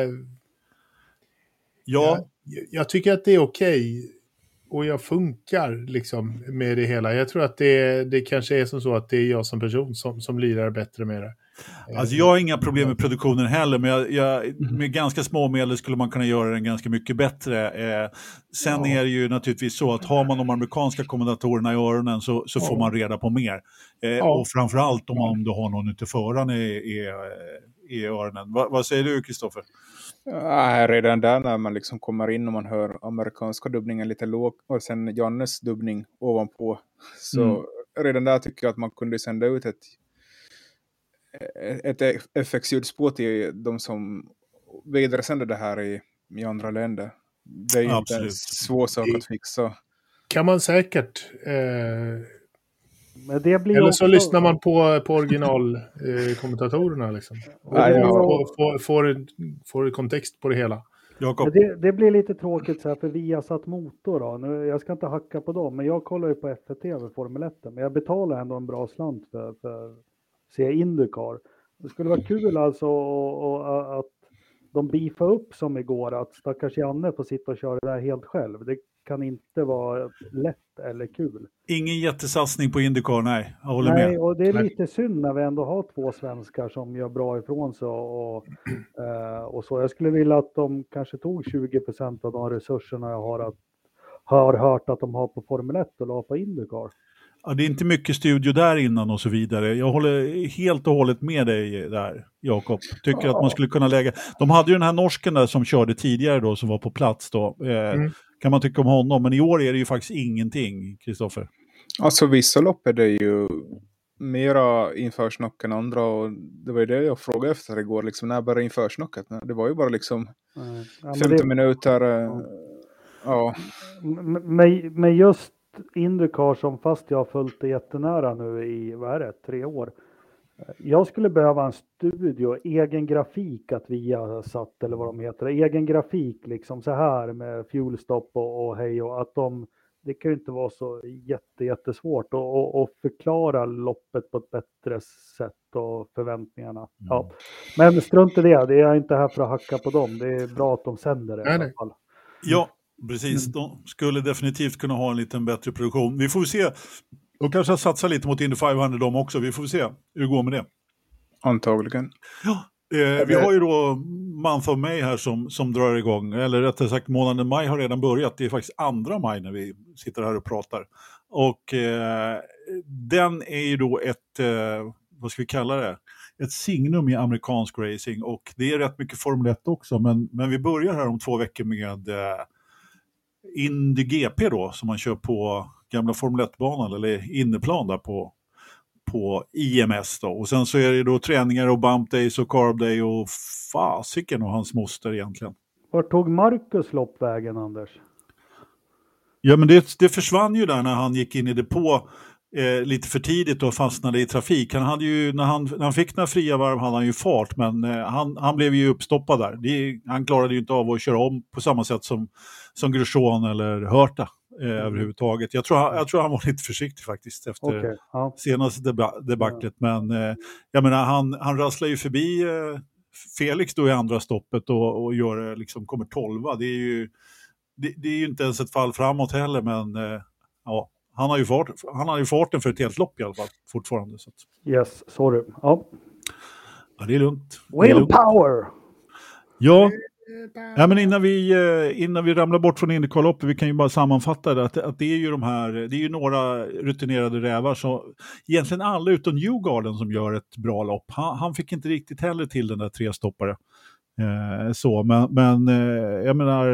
Ja, jag, jag tycker att det är okej. Och jag funkar liksom med det hela. Jag tror att det, det kanske är som så att det är jag som person som, som lirar bättre med det. alltså jag har inga problem med produktionen heller, men jag, jag, med ganska små medel skulle man kunna göra den ganska mycket bättre. Eh, sen Ja. är det ju naturligtvis så att har man de amerikanska kommentatorerna i öronen så, så får Ja. man reda på mer. Eh, Ja. Och framförallt om, man, om du har någon ute föraren i, i, i öronen. Va, vad säger du, Kristoffer? Ja, redan där när man liksom kommer in och man hör amerikanska dubbningen lite lågt och sen Jannes dubbning ovanpå. Så Mm. redan där tycker jag att man kunde sända ut ett, ett F X-ljudspår till de som vidaresänder det här i, i andra länder. Det är ju inte en svår sak att fixa. Kan man säkert. Eh, Men det blir eller också... så lyssnar man på, på originalkommentatorerna. Eh, liksom. Och Nej, ja. får, får, får, får kontext på det hela. Men det, det blir lite tråkigt så här för Viasat Motor då. Nu, jag ska inte hacka på dem, men jag kollar ju på F ett T över Formel ett. Men jag betalar ändå en bra slant för, för att se Indycar. Det skulle vara kul alltså och, och, att de beefar upp som igår, att stackars Janne får sitta och köra det där helt själv. Det kan inte vara lätt eller kul. Ingen jättesatsning på Indycar, nej. Jag håller nej, med. Och det är lite synd när vi ändå har två svenskar som gör bra ifrån sig. Och, och, och så. Jag skulle vilja att de kanske tog tjugo procent av de resurserna jag har, att, har hört att de har på Formel ett och la på Indycar. Ja, det är inte mycket studio där innan och så vidare. Jag håller helt och hållet med dig där, Jakob. Tycker att man skulle kunna lägga... De hade ju den här norsken där som körde tidigare då, som var på plats då. Eh, mm. Kan man tycka om honom, men i år är det ju faktiskt ingenting, Kristoffer. Alltså vissa lopp är det ju mera införsnock än andra, och det var ju det jag frågade efter igår, liksom, när började införsnocket? Det var ju bara liksom ja, femton det... minuter. Ja. ja. Men, men just Indycar, som fast jag har följt det jättenära nu i, vad är det, tre år. Jag skulle behöva en studio, egen grafik att vi har satt, eller vad de heter, egen grafik liksom så här med fuelstopp och, och hej, och att de, det kan ju inte vara så jätte, jättesvårt och, och, och förklara loppet på ett bättre sätt och förväntningarna. Mm. Ja. Men strunt i det, det är inte här för att hacka på dem, det är bra att de sänder det nej, i alla fall. Ja, precis. De skulle definitivt kunna ha en liten bättre produktion. Vi får se. De kanske satsar lite mot Indy femhundra de också. Vi får se hur det går med det. Antagligen. Ja, eh, vi har ju då Month of May här som, som drar igång. Eller rättare sagt, månaden maj har redan börjat. Det är faktiskt andra maj när vi sitter här och pratar. Och eh, den är ju då ett, eh, vad ska vi kalla det? Ett signum i amerikansk racing. Och det är rätt mycket Formel ett också. Men, men vi börjar här om två veckor med eh, Indy G P då, som man kör på gamla Formel ett-banan eller inneplan där på, på I M S då. Och sen så är det då träningar och bump days och carb day och fasiken och hans moster egentligen. Var tog Marcus loppvägen, Anders? Ja, men det, det försvann ju där när han gick in i depå eh, lite för tidigt och fastnade i trafik. Han hade ju, när han, när han fick några fria varv hade han ju fart, men eh, han, han blev ju uppstoppad där. Det, han klarade ju inte av att köra om på samma sätt som, som Grosjean eller Hörta. Eh, mm. överhuvudtaget. Jag tror, han, jag tror han var lite försiktig faktiskt efter okay, ja. senaste deba- debaclet. Ja. Men eh, jag menar, han, han rasslar ju förbi eh, Felix då i andra stoppet och, och gör, liksom, kommer tolva. Det är ju det, det är ju inte ens ett fall framåt heller, men eh, ja, han har ju fart, han har ju farten för ett helt lopp i alla fall fortfarande. Så att. Yes, sorry. Ja. Ja, det är lugnt. Willpower! Ja. Ja, men innan vi, innan vi ramlar bort från Indycar-loppet, vi kan ju bara sammanfatta det, att, att det är ju de här, det är ju några rutinerade rävar, så egentligen alla utom Newgarden som gör ett bra lopp. Han, han fick inte riktigt heller till den där trestoppare. Eh, så, men, men eh, jag menar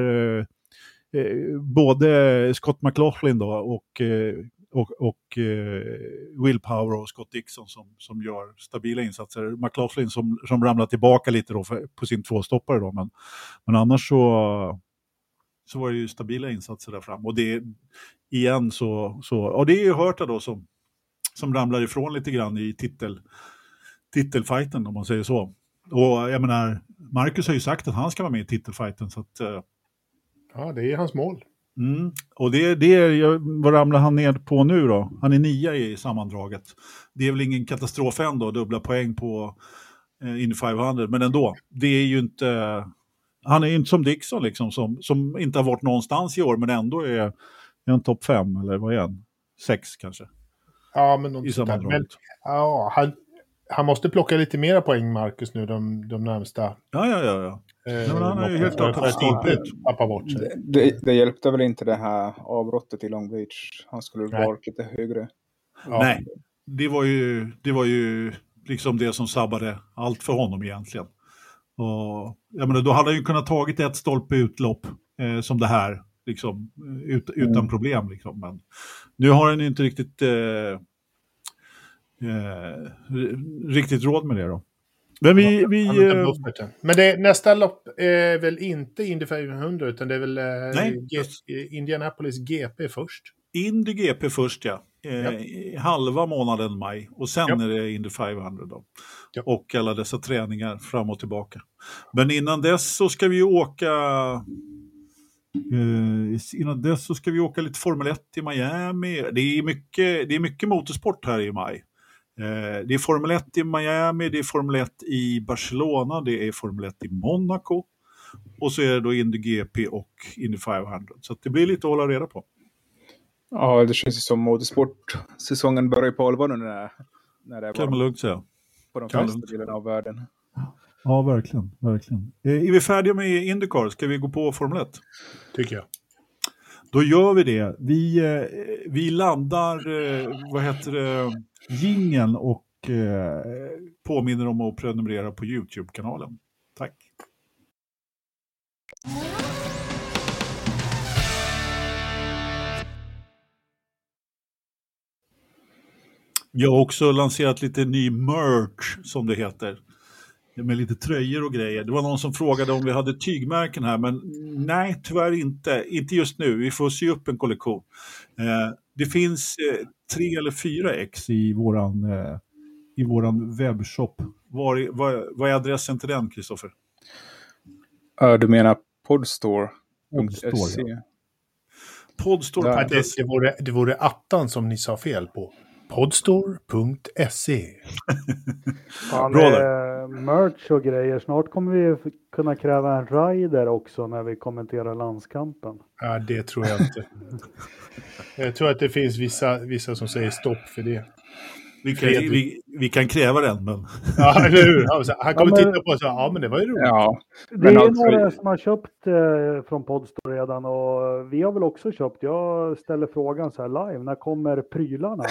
eh, både Scott McLaughlin då och eh, och, och eh, Willpower och Scott Dixon som, som gör stabila insatser. McLaughlin som, som ramlar tillbaka lite då för, på sin tvåstoppare då, men, men annars så, så var det ju stabila insatser där fram. Och det igen så, så och det är ju Hörta då som, som ramlar ifrån lite grann i titel, titelfighten om man säger så. Och jag menar, Marcus har ju sagt att han ska vara med i titelfighten, så att eh, ja, det är hans mål. Mm. Och det, det är, vad ramlar han ner på nu då? Han är nia i sammandraget. Det är väl ingen katastrof ändå, dubbla poäng på eh, Indy femhundra, men ändå. Det är ju inte, han är ju inte som Dixon liksom, som, som inte har varit någonstans i år, men ändå är, är en topp fem, eller vad är han? Sex kanske. Ja, men något sånt där. Men, ja, han, han måste plocka lite mera poäng, Marcus, nu de, de närmsta. Ja, ja, ja, ja. Eh, men han är ju helt klart att inte tappa bort sig. Det, det, det hjälpte väl inte det här avbrottet i Long Beach. Han skulle Nej. vara lite högre. Ja. Nej, det var ju det var ju liksom det som sabbade allt för honom egentligen. Och jag menar, då hade han ju kunnat tagit ett stolpe utlopp eh, som det här liksom ut, utan mm. problem liksom. Men nu har han inte riktigt eh, eh, riktigt råd med det då. Men vi... vi eh, Men det, nästa lopp är väl inte Indy femhundra utan det är väl eh, G- Indianapolis G P först. Indy G P först, ja. Eh, ja. Halva månaden maj. Och sen ja. är det Indy femhundra då. Ja. Och alla dessa träningar fram och tillbaka. Men innan dess så ska vi åka... Uh, innan dess så ska vi åka lite Formel ett i Miami. Det är mycket, det är mycket motorsport här i maj. Uh, det är Formel ett i Miami, det är Formel ett i Barcelona, det är Formel ett i Monaco. Och så är det då Indy G P och Indy femhundra. Så att det blir lite att hålla reda på. Ja, det känns ju som motorsport-säsongen börjar på allvar nu när, när det är kan man lugnt säga. På de flesta delarna av världen. Ja, verkligen. verkligen. Är vi färdiga med IndyCar? Ska vi gå på Formel ett? Tycker jag. Då gör vi det. Vi, vi landar, vad heter det, jingeln och påminner om att prenumerera på YouTube-kanalen. Tack. Jag har också lanserat lite ny merch, som det heter. Med lite tröjor och grejer. Det var någon som frågade om vi hade tygmärken här. Men nej, tyvärr inte. Inte just nu. Vi får sy upp en kollektion. Eh, det finns eh, tre eller fyra ex i våran, eh, i våran webbshop. Var, var, vad är adressen till den, Kristoffer? Uh, du menar podstore punkt se? Podstore, ja. Podstore. Ja, det, det, vore, det vore attan som ni sa fel på. podstore punkt se. Fan, eh, merch och grejer. Snart kommer vi kunna kräva en rider också när vi kommenterar landskampen. Ja, det tror jag inte. Jag tror att det finns vissa, vissa som säger stopp för det. Vi kan, vi, vi kan kräva den, men... Ja, eller hur? Han kommer ja, men... titta på och säga, ja, men det var ju roligt. Ja, det är alltså... några som har köpt eh, från Podstore redan och vi har väl också köpt. Jag ställer frågan så här live, när kommer prylarna?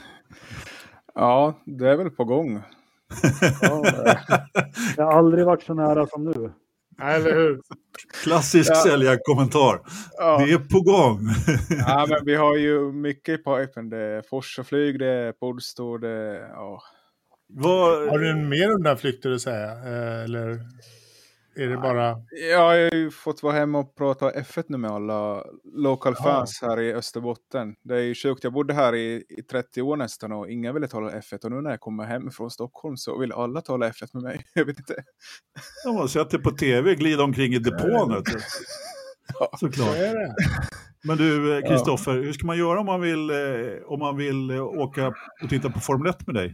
Ja, det är väl på gång. Ja, jag har aldrig varit så nära som nu. Eller hur? Klassisk ja. Säljarkommentar. Ja. Det är på gång. Ja, men vi har ju mycket i pipen. Det är Forsaflyg, det är Podstore, det är... Ja. Vad... Har du en mer undanflykter att säga? Eller är det bara... Ja, jag har ju fått vara hemma och prata F ett nu med alla local fans ja. här i Österbotten. Det är ju sjukt. Jag bodde här i, i trettio år nästan och ingen ville tala F ett. Och nu när jag kommer hem från Stockholm så vill alla tala F ett med mig. Jag vet inte. De har sett det på tv, glida omkring i depån. Ja, såklart. Så är det. Men du, Kristoffer, ja. hur ska man göra om man vill, om man vill åka och titta på Formel ett med dig?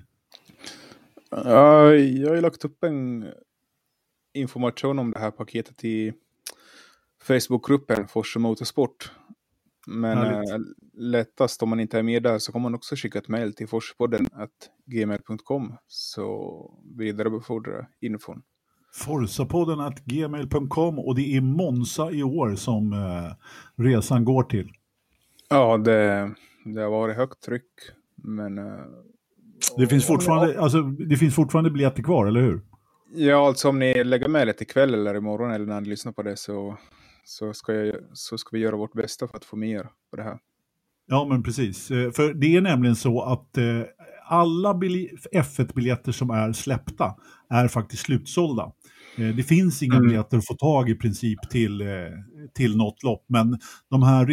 Ja, jag har ju lagt upp en... information om det här paketet i Facebookgruppen Forsa Motorsport. Men äh, lättast om man inte är med där så kommer man också skicka ett mejl till forspodden at gmail punkt com så vidarebefordra infon. Forsapodden at gmail punkt com och det är Monza i år som eh, resan går till. Ja, det, det har varit högt tryck. Men eh, det finns fortfarande, ja. alltså, det finns fortfarande biljetter kvar, eller hur? Ja, alltså om ni lägger med lite ikväll eller imorgon eller när ni lyssnar på det så, så, ska jag, så ska vi göra vårt bästa för att få mer på det här. Ja, men precis. För det är nämligen så att eh, alla bil- F ett-biljetter som är släppta är faktiskt slutsålda. Eh, det finns inga mm. biljetter att få tag i princip till, eh, till något lopp, men de här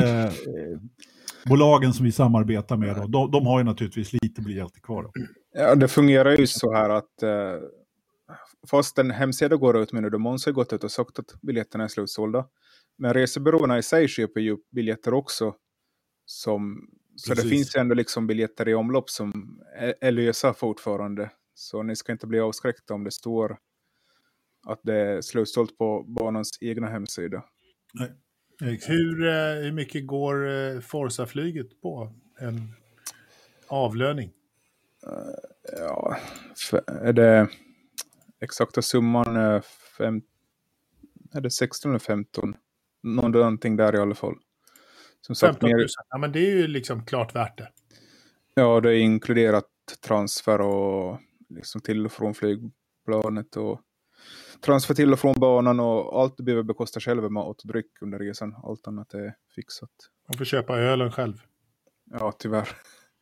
resebolagen eh, som vi samarbetar med, då, de, de har ju naturligtvis lite biljetter kvar. Då. Ja, det fungerar ju så här att eh, fast en hemsida går ut med nu, de har ju gått ut och sagt att biljetterna är slutsålda. Men resebyråerna i sig köper ju biljetter också. Som, så det finns ju ändå liksom biljetter i omlopp som är, är lösa fortfarande. Så ni ska inte bli avskräckta om det står att det är slutsålt på banans egna hemsida. Nej. Hur, hur mycket går Forza-flyget på en avlöning? Uh, ja, är det... Exakta summan är, fem, är det sexton eller femton. Någonting där i alla fall. Som sagt, mer... Ja, men det är ju liksom klart värt det. Ja, det är inkluderat transfer och liksom till och från flygplanet och transfer till och från banan och allt du behöver bekosta själv med mat och dryck under resan. Allt annat är fixat. Man får köpa ölen själv. Ja, tyvärr.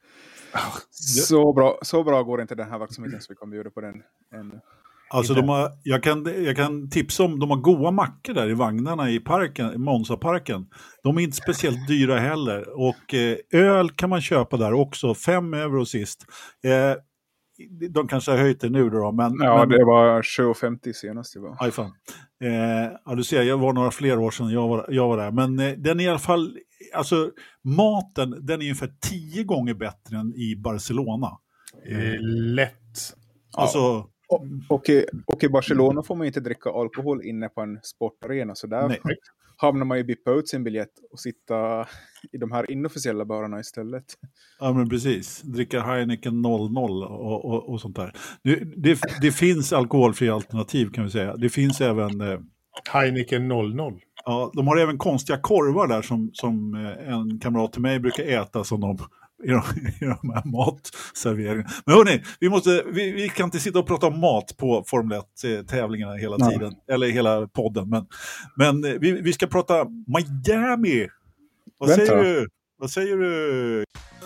Så bra, så bra går inte den här verksamheten så vi kan bjuda på den ännu. Alltså de har, jag, kan, jag kan tipsa om, de har goda mackor där i vagnarna i parken, i Monza-parken. De är inte speciellt dyra heller. Och eh, öl kan man köpa där också, fem euro sist. Eh, de kanske har höjt det nu då, men... Ja, men, det var sju femtio senast det var. Aj fan. Eh, ja, du ser, jag var några fler år sedan jag var, jag var där. Men eh, den är i alla fall, alltså maten, den är ungefär tio gånger bättre än i Barcelona. Eh, lätt. Alltså... Ja. Och, och, i, och i Barcelona får man inte dricka alkohol inne på en sportarena. Så där Nej. hamnar man ju bippa ut sin biljett och sitta i de här inofficiella barerna istället. Ja, men precis. Dricka Heineken noll noll och, och, och sånt där. Det, det, det finns alkoholfria alternativ kan vi säga. Det finns även... Eh, Heineken noll noll. Ja, de har även konstiga korvar där som, som en kamrat till mig brukar äta som de... I de, i de här matserveringarna. Men hörni, vi, måste, vi, vi kan inte sitta och prata om mat på Formel ett-tävlingarna hela Nej. tiden. Eller hela podden. Men, men vi, vi ska prata Miami. Vad Vänta. säger du? Vad säger du? Uh, uh,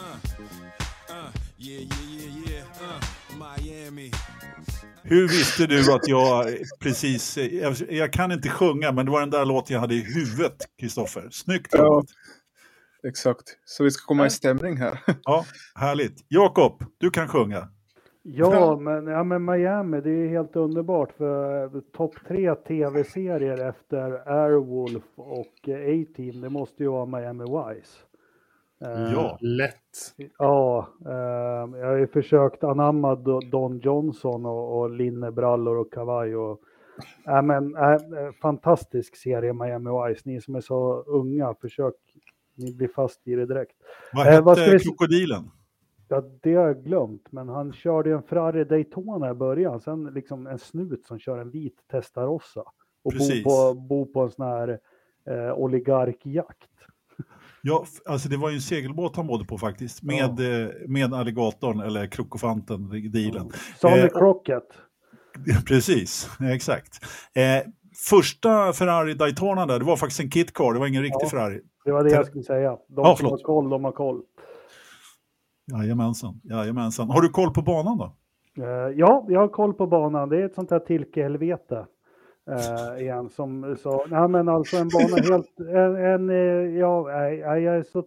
yeah, yeah, yeah, yeah. Uh, Miami. Hur visste du att jag precis... Jag, jag kan inte sjunga, men det var den där låten jag hade i huvudet, Kristoffer. Snyggt. Ja, exakt. Så vi ska komma i stämning här. Ja, härligt. Jakob, du kan sjunga. Ja, men, ja, men Miami, det är helt underbart för topp tre tv-serier efter Airwolf och A-Team, det måste ju vara Miami Vice. Eh, Ja. Lätt. Ja, eh, jag har ju försökt anamma Do- Don Johnson och, och linnebrallor och kavaj och äh, men, äh, fantastisk serie Miami Vice. Ni som är så unga, försök, ni blir fast i det direkt. Vad Eh, hette vad ska vi- krokodilen? Ja, det har jag glömt, men han körde ju en Ferrari Daytona i början, sen liksom en snut som kör en vit Testarossa och bo Precis. på, bo på en sån här eh, oligarkjakt. Ja, f- alltså det var ju en segelbåt han bodde på faktiskt. Med, eh, med alligatorn eller krokofanten, dealen. Sonny Eh, och- Crockett. Precis, exakt. Eh, första Ferrari Daytona där, det var faktiskt en kitcar, det var ingen riktig Ja. Ferrari. Det var det jag skulle säga. De Ja, som har förlåt. koll, de har koll. Jajamensan, jajamensan. Har du koll på banan då? Eh, ja, jag har koll på banan. Det är ett sånt här Tilke-helvete. Uh, igen, som så, nej men alltså en bana helt, en, en eh, ja, nej, nej, jag är så,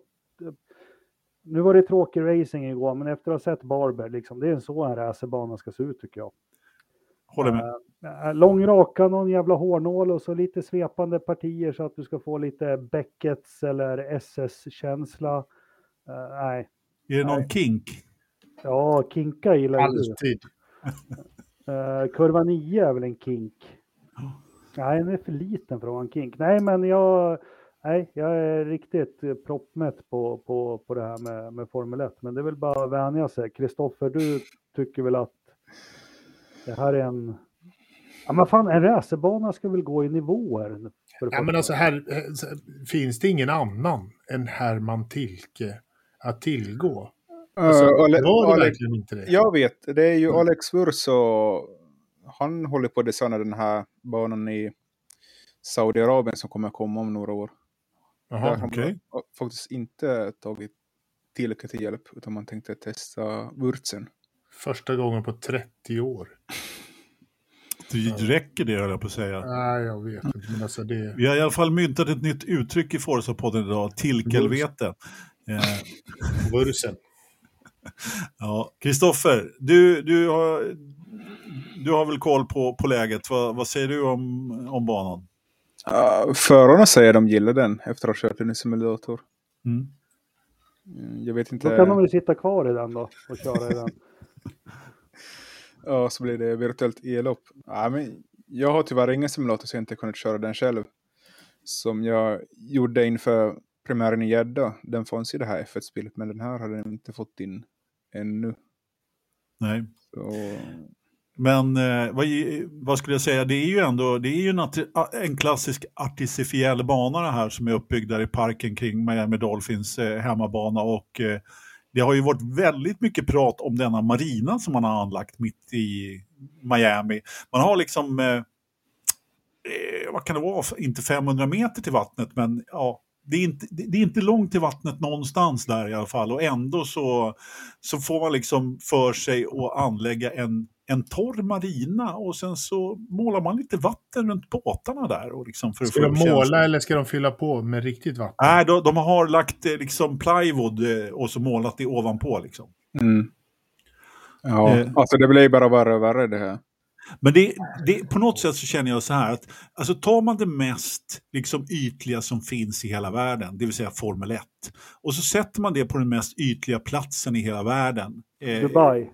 nu var det tråkig racing igår, men efter att ha sett Barber, liksom, det är en så en racerbana ska se ut tycker jag. Håller med. Uh, lång raka, någon jävla hårnål och så lite svepande partier så att du ska få lite Becketts eller S S-känsla. Uh, nej, Är det någon nej. kink? ja, kinka gillar ju du. Alltid. Uh, kurva nio är väl en kink. Nej, den är för liten för att vara en kink. Nej, men jag, nej, jag är riktigt eh, proppmätt på, på, på det här med, med Formel ett. Men det är väl bara att vänja sig. Kristoffer, du tycker väl att det här är en... Ja, men fan, en racerbana ska väl gå i nivåer? För det Ja, men första. alltså här eh, finns det ingen annan än Herman Tilke att tillgå. Alltså, Uh, Ale- var det Alex- verkligen inte det? Jag vet, det är ju Alex Wurso. Han håller på att designa den här banan i Saudiarabien som kommer komma om några år. Där Jaha, har okej. man faktiskt inte tagit Tilke till hjälp, utan man tänkte testa Wurzen. första gången på trettio år. Det räcker det, höll jag på att säga. Nej, jag vet inte. Men alltså det... Vi har i alla fall myntat ett nytt uttryck i Forza-podden idag, tillkelvete. Eh, Wursen. ja, Kristoffer, du, du, har, du har väl koll på, på läget. Vad, vad säger du om, om banan? Uh, förarna säger de gillar den efter att ha kört den i simulator. Mm. Mm, Jag vet Då inte. kan de väl sitta kvar i den då och köra i den. Ja, så blir det virtuellt e-lopp. Ja, men jag har tyvärr ingen simulator så jag inte kunnat köra den själv. Som jag gjorde inför premiären i Jeddah. Den fanns i det här F ett-spelet, men den här hade den inte fått in ännu. Nej. Så... Men eh, vad, vad skulle jag säga, det är ju ändå det är ju en, en klassisk artificiell bana det här som är uppbyggd där i parken kring Miami Dolphins eh, hemmabana och eh, det har ju varit väldigt mycket prat om denna marina som man har anlagt mitt i Miami. Man har liksom, eh, eh, vad kan det vara, inte femhundra meter till vattnet men ja, det, är inte, det är inte långt till vattnet någonstans där i alla fall. Och ändå så, så får man liksom för sig att anlägga en, en torr marina. Och sen så målar man lite vatten runt båtarna där. Och liksom för ska de måla eller ska de fylla på med riktigt vatten? Nej, de, de har lagt liksom plywood och så målat det ovanpå liksom. Mm. Ja, eh. alltså det blir bara värre och värre det här. Men det, det, på något sätt så känner jag så här att alltså tar man det mest liksom ytliga som finns i hela världen, det vill säga Formel ett, och så sätter man det på den mest ytliga platsen i hela världen. Eh, Dubai.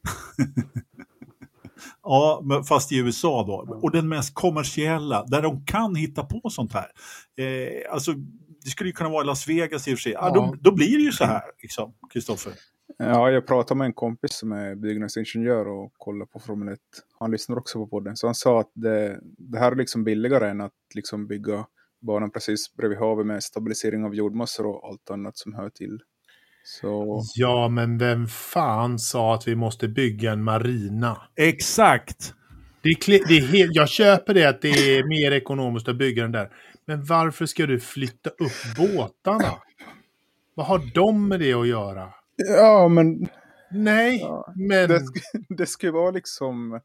Ja, fast i U S A då. Och den mest kommersiella, där de kan hitta på sånt här. Eh, alltså, det skulle ju kunna vara Las Vegas i och för sig. Ja, ja. Då, då blir det ju så här, liksom, Kristoffer. Ja, jag pratade med en kompis som är byggnadsingenjör och kollar på Formel ett. Han lyssnar också på podden. Så han sa att det, det här är liksom billigare än att liksom bygga banan precis bredvid havet med stabilisering av jordmassor och allt annat som hör till. Så... Ja, men vem fan sa att vi måste bygga en marina? Exakt! Det är, det är helt, jag köper det att det är mer ekonomiskt att bygga den där. Men varför ska du flytta upp båtarna? Vad har de med det att göra? Ja, men... Nej, ja, men... Det, det ska ju vara liksom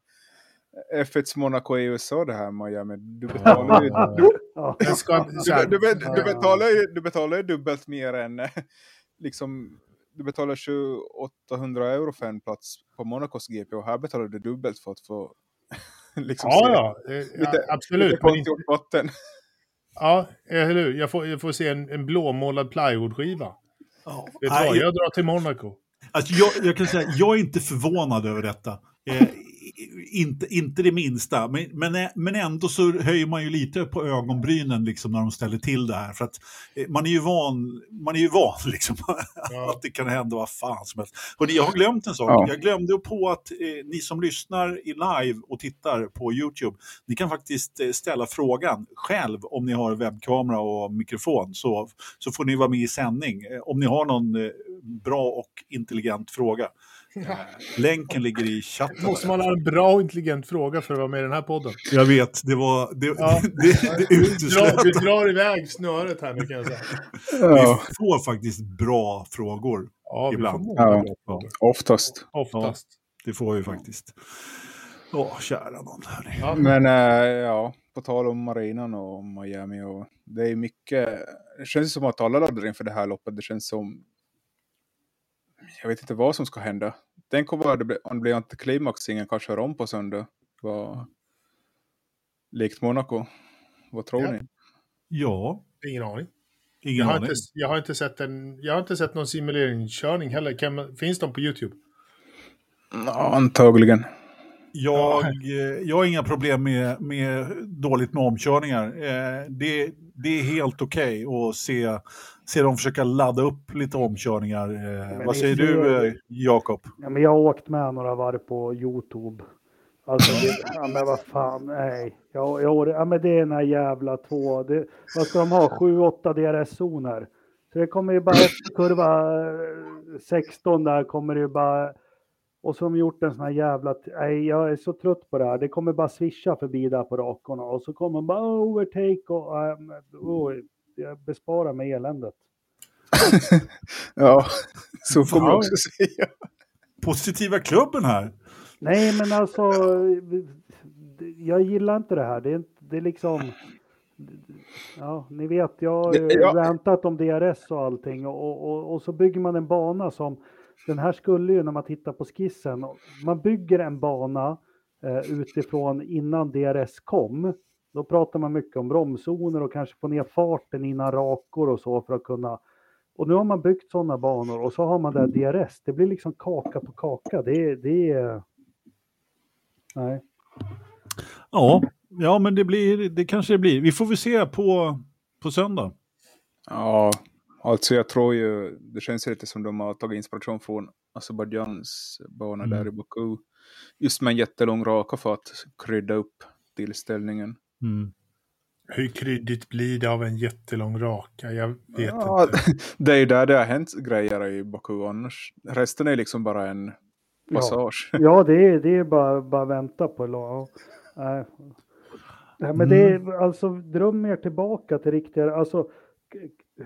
F ett Monaco i U S A det här, Miami. Du betalar ju... Du, du, ska, du, du, du, betalar ju, du betalar ju dubbelt mer än... Liksom, du betalar tjugoåttahundra euro för en plats på Monacos G P och här betalar du dubbelt för att få... liksom ja, ja, lite, ja, absolut. Lite men inte... vatten. Ja, eller hur? Jag får, jag får se en, en blåmålad plywoodskiva. Ja. Vet du vad? Jag drar till Monaco. Alltså jag, jag kan säga, jag är inte förvånad över detta. Eh, inte, inte det minsta. Men, men, men ändå så höjer man ju lite på ögonbrynen liksom, när de ställer till det här. För att eh, man är ju van, man är ju van liksom, ja. Att det kan hända vad fan som helst. Och jag har glömt en sak. Ja. Jag glömde på att eh, ni som lyssnar i live och tittar på YouTube, ni kan faktiskt eh, ställa frågan själv om ni har webbkamera och mikrofon. Så, så får ni vara med i sändning. Eh, om ni har någon eh, bra och intelligent fråga. Ja. Länken ligger i chatten. Måste man ha en bra och intelligent fråga för att vara med i den här podden? Jag vet, det var det, ja. det, det, det uteslöt. Vi drar iväg snöret här nu kan jag säga. Ja. Vi får faktiskt bra frågor ja, ibland. Ja. Ja. Oftast. Oftast. Ja, det får vi faktiskt. Åh, kära någon. Ja. Men äh, ja, på tal om marinan och Miami och det är mycket, det känns som att alla laddar in för det här loppet. Det känns som jag vet inte vad som ska hända. Tänk om det blir, om det blir antiklimax, ingen kanske kör om på söndag. Vad... Likt Monaco. Vad tror ja. ni? Ja. Ingen aning. Ingen jag, har aning. Inte, jag, har inte sett en, jag har inte sett någon simuleringskörning heller. Kan, finns de på YouTube? Ja, antagligen. Jag, jag har inga problem med, med dåligt med omkörningar. Eh, det, det är helt okej okay att se, se dem försöka ladda upp lite omkörningar. Eh, vad säger du, eh, Jakob? Ja, men jag har åkt med några varv på YouTube. Alltså, det, ja, men vad fan, nej. Jag, jag, ja, men det är den här jävla två. Det, vad ska de ha? sju åtta D R S-zoner. Så det kommer ju bara efter kurva sexton där kommer det ju bara... Och så har de gjort en sån här jävla... Nej, jag är så trött på det här. Det kommer bara swisha förbi där på rakorna. Och så kommer man bara overtake och... och jag besparar mig eländet. Ja, så får man också säga. Positiva klubben här. Nej, men alltså... Jag gillar inte det här. Det är, det är liksom... Ja, ni vet, jag har ja. rantat om D R S och allting. Och, och, och så bygger man en bana som... Den här skulle ju, när man tittar på skissen, man bygger en bana eh, utifrån innan D R S kom. Då pratar man mycket om bromszoner och kanske få ner farten innan rakor och så för att kunna... Och nu har man byggt sådana banor och så har man där D R S. Det blir liksom kaka på kaka. Det, det är... Nej. Ja, ja, men det blir, det kanske det blir. Vi får väl se på, på söndag. Ja, alltså jag tror ju, det känns lite som de har tagit inspiration från Azerbajdzjans bana mm. där i Baku. Just med en jättelång raka för att krydda upp tillställningen. Mm. Hur kryddigt blir det av en jättelång raka? Jag vet ja, inte. Det är ju där det har hänt grejer i Baku annars. Resten är liksom bara en passage. Ja, ja det är, det är bara, bara vänta på. Ja. Nej. Nej, men det är alltså, dröm er tillbaka till riktiga, alltså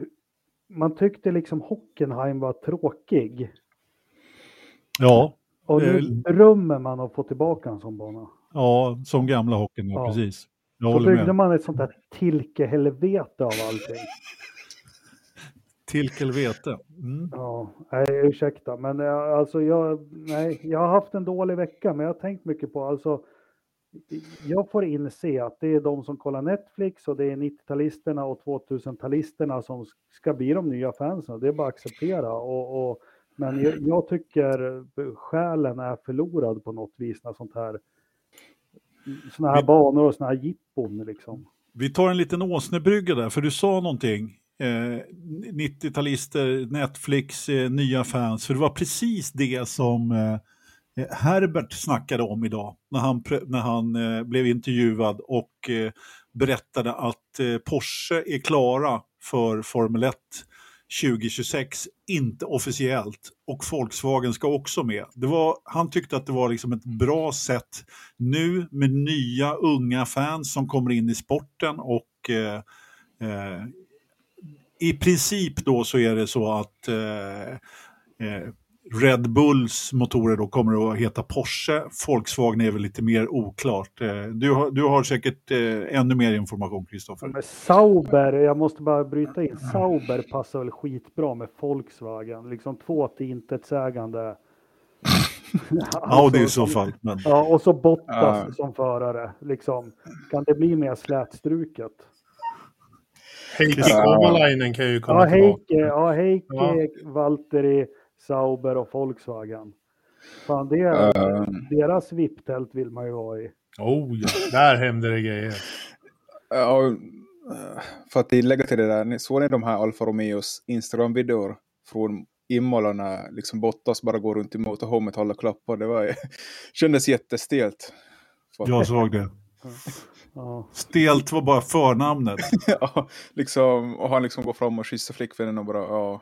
man tyckte liksom Hockenheim var tråkig. Ja, Och nu Eh, drömmer man att få tillbaka en sån bana. ja, som gamla hockeyn, ja, Ja. precis. Jag Så håller byggde med. man ett sånt där tilke-helvete av allting. Tilkelvete. Mm. Ja, nej, ursäkta, men eh, alltså jag, nej, jag har haft en dålig vecka, men jag har tänkt mycket på, alltså, jag får inse att det är de som kollar Netflix och det är nittio-talisterna och tvåtusen-talisterna som ska bli de nya fansen. Det är bara att acceptera. Och, och, men jag, jag tycker själen är förlorad på något vis när sånt här, såna här Vi- banor och såna här jippon liksom. Vi tar en liten åsnebrygga där, för du sa någonting. Eh, nittio-talister, Netflix, eh, nya fans. För det var precis det som eh, Herbert snackade om idag. När han, pre- när han eh, blev intervjuad och eh, berättade att eh, Porsche är klara för Formel ett tjugo tjugosex, inte officiellt. Och Volkswagen ska också med. Det var, han tyckte att det var liksom ett bra sätt nu med nya unga fans som kommer in i sporten och eh, eh, i princip då så är det så att eh, eh, Red Bulls motorer då kommer att heta Porsche. Volkswagen är väl lite mer oklart. Eh, du, har, du har säkert eh, ännu mer information, Kristoffer. Men Sauber, jag måste bara bryta in, Sauber passar väl skitbra med Volkswagen, liksom två till intetsägande. Audi i så fall. Men... Ja, och så Bottas Ja. som förare, liksom. Kan det bli mer slätstruket? Heikki Ja. Kovalainen kan ju komma Ja, tillbaka. Heike, ja, Heike, Ja. Valtteri, Sauber och Volkswagen. Fan, det är, Ja. deras V I P-tält vill man ju vara i. Oh ja, där händer det grejer. Ja, och, eh, för att tillägga till det där, ni- såg ni de här Alfa Romeos Instagram-videor från Imola när liksom Bottas bara går runt i motorhomet och håller klappar? Det var, kändes jättestelt. För att- Jag såg det. Ja. Stelt var bara förnamnet. ja, liksom, och han liksom går fram och kysser flickvännen och bara, ja.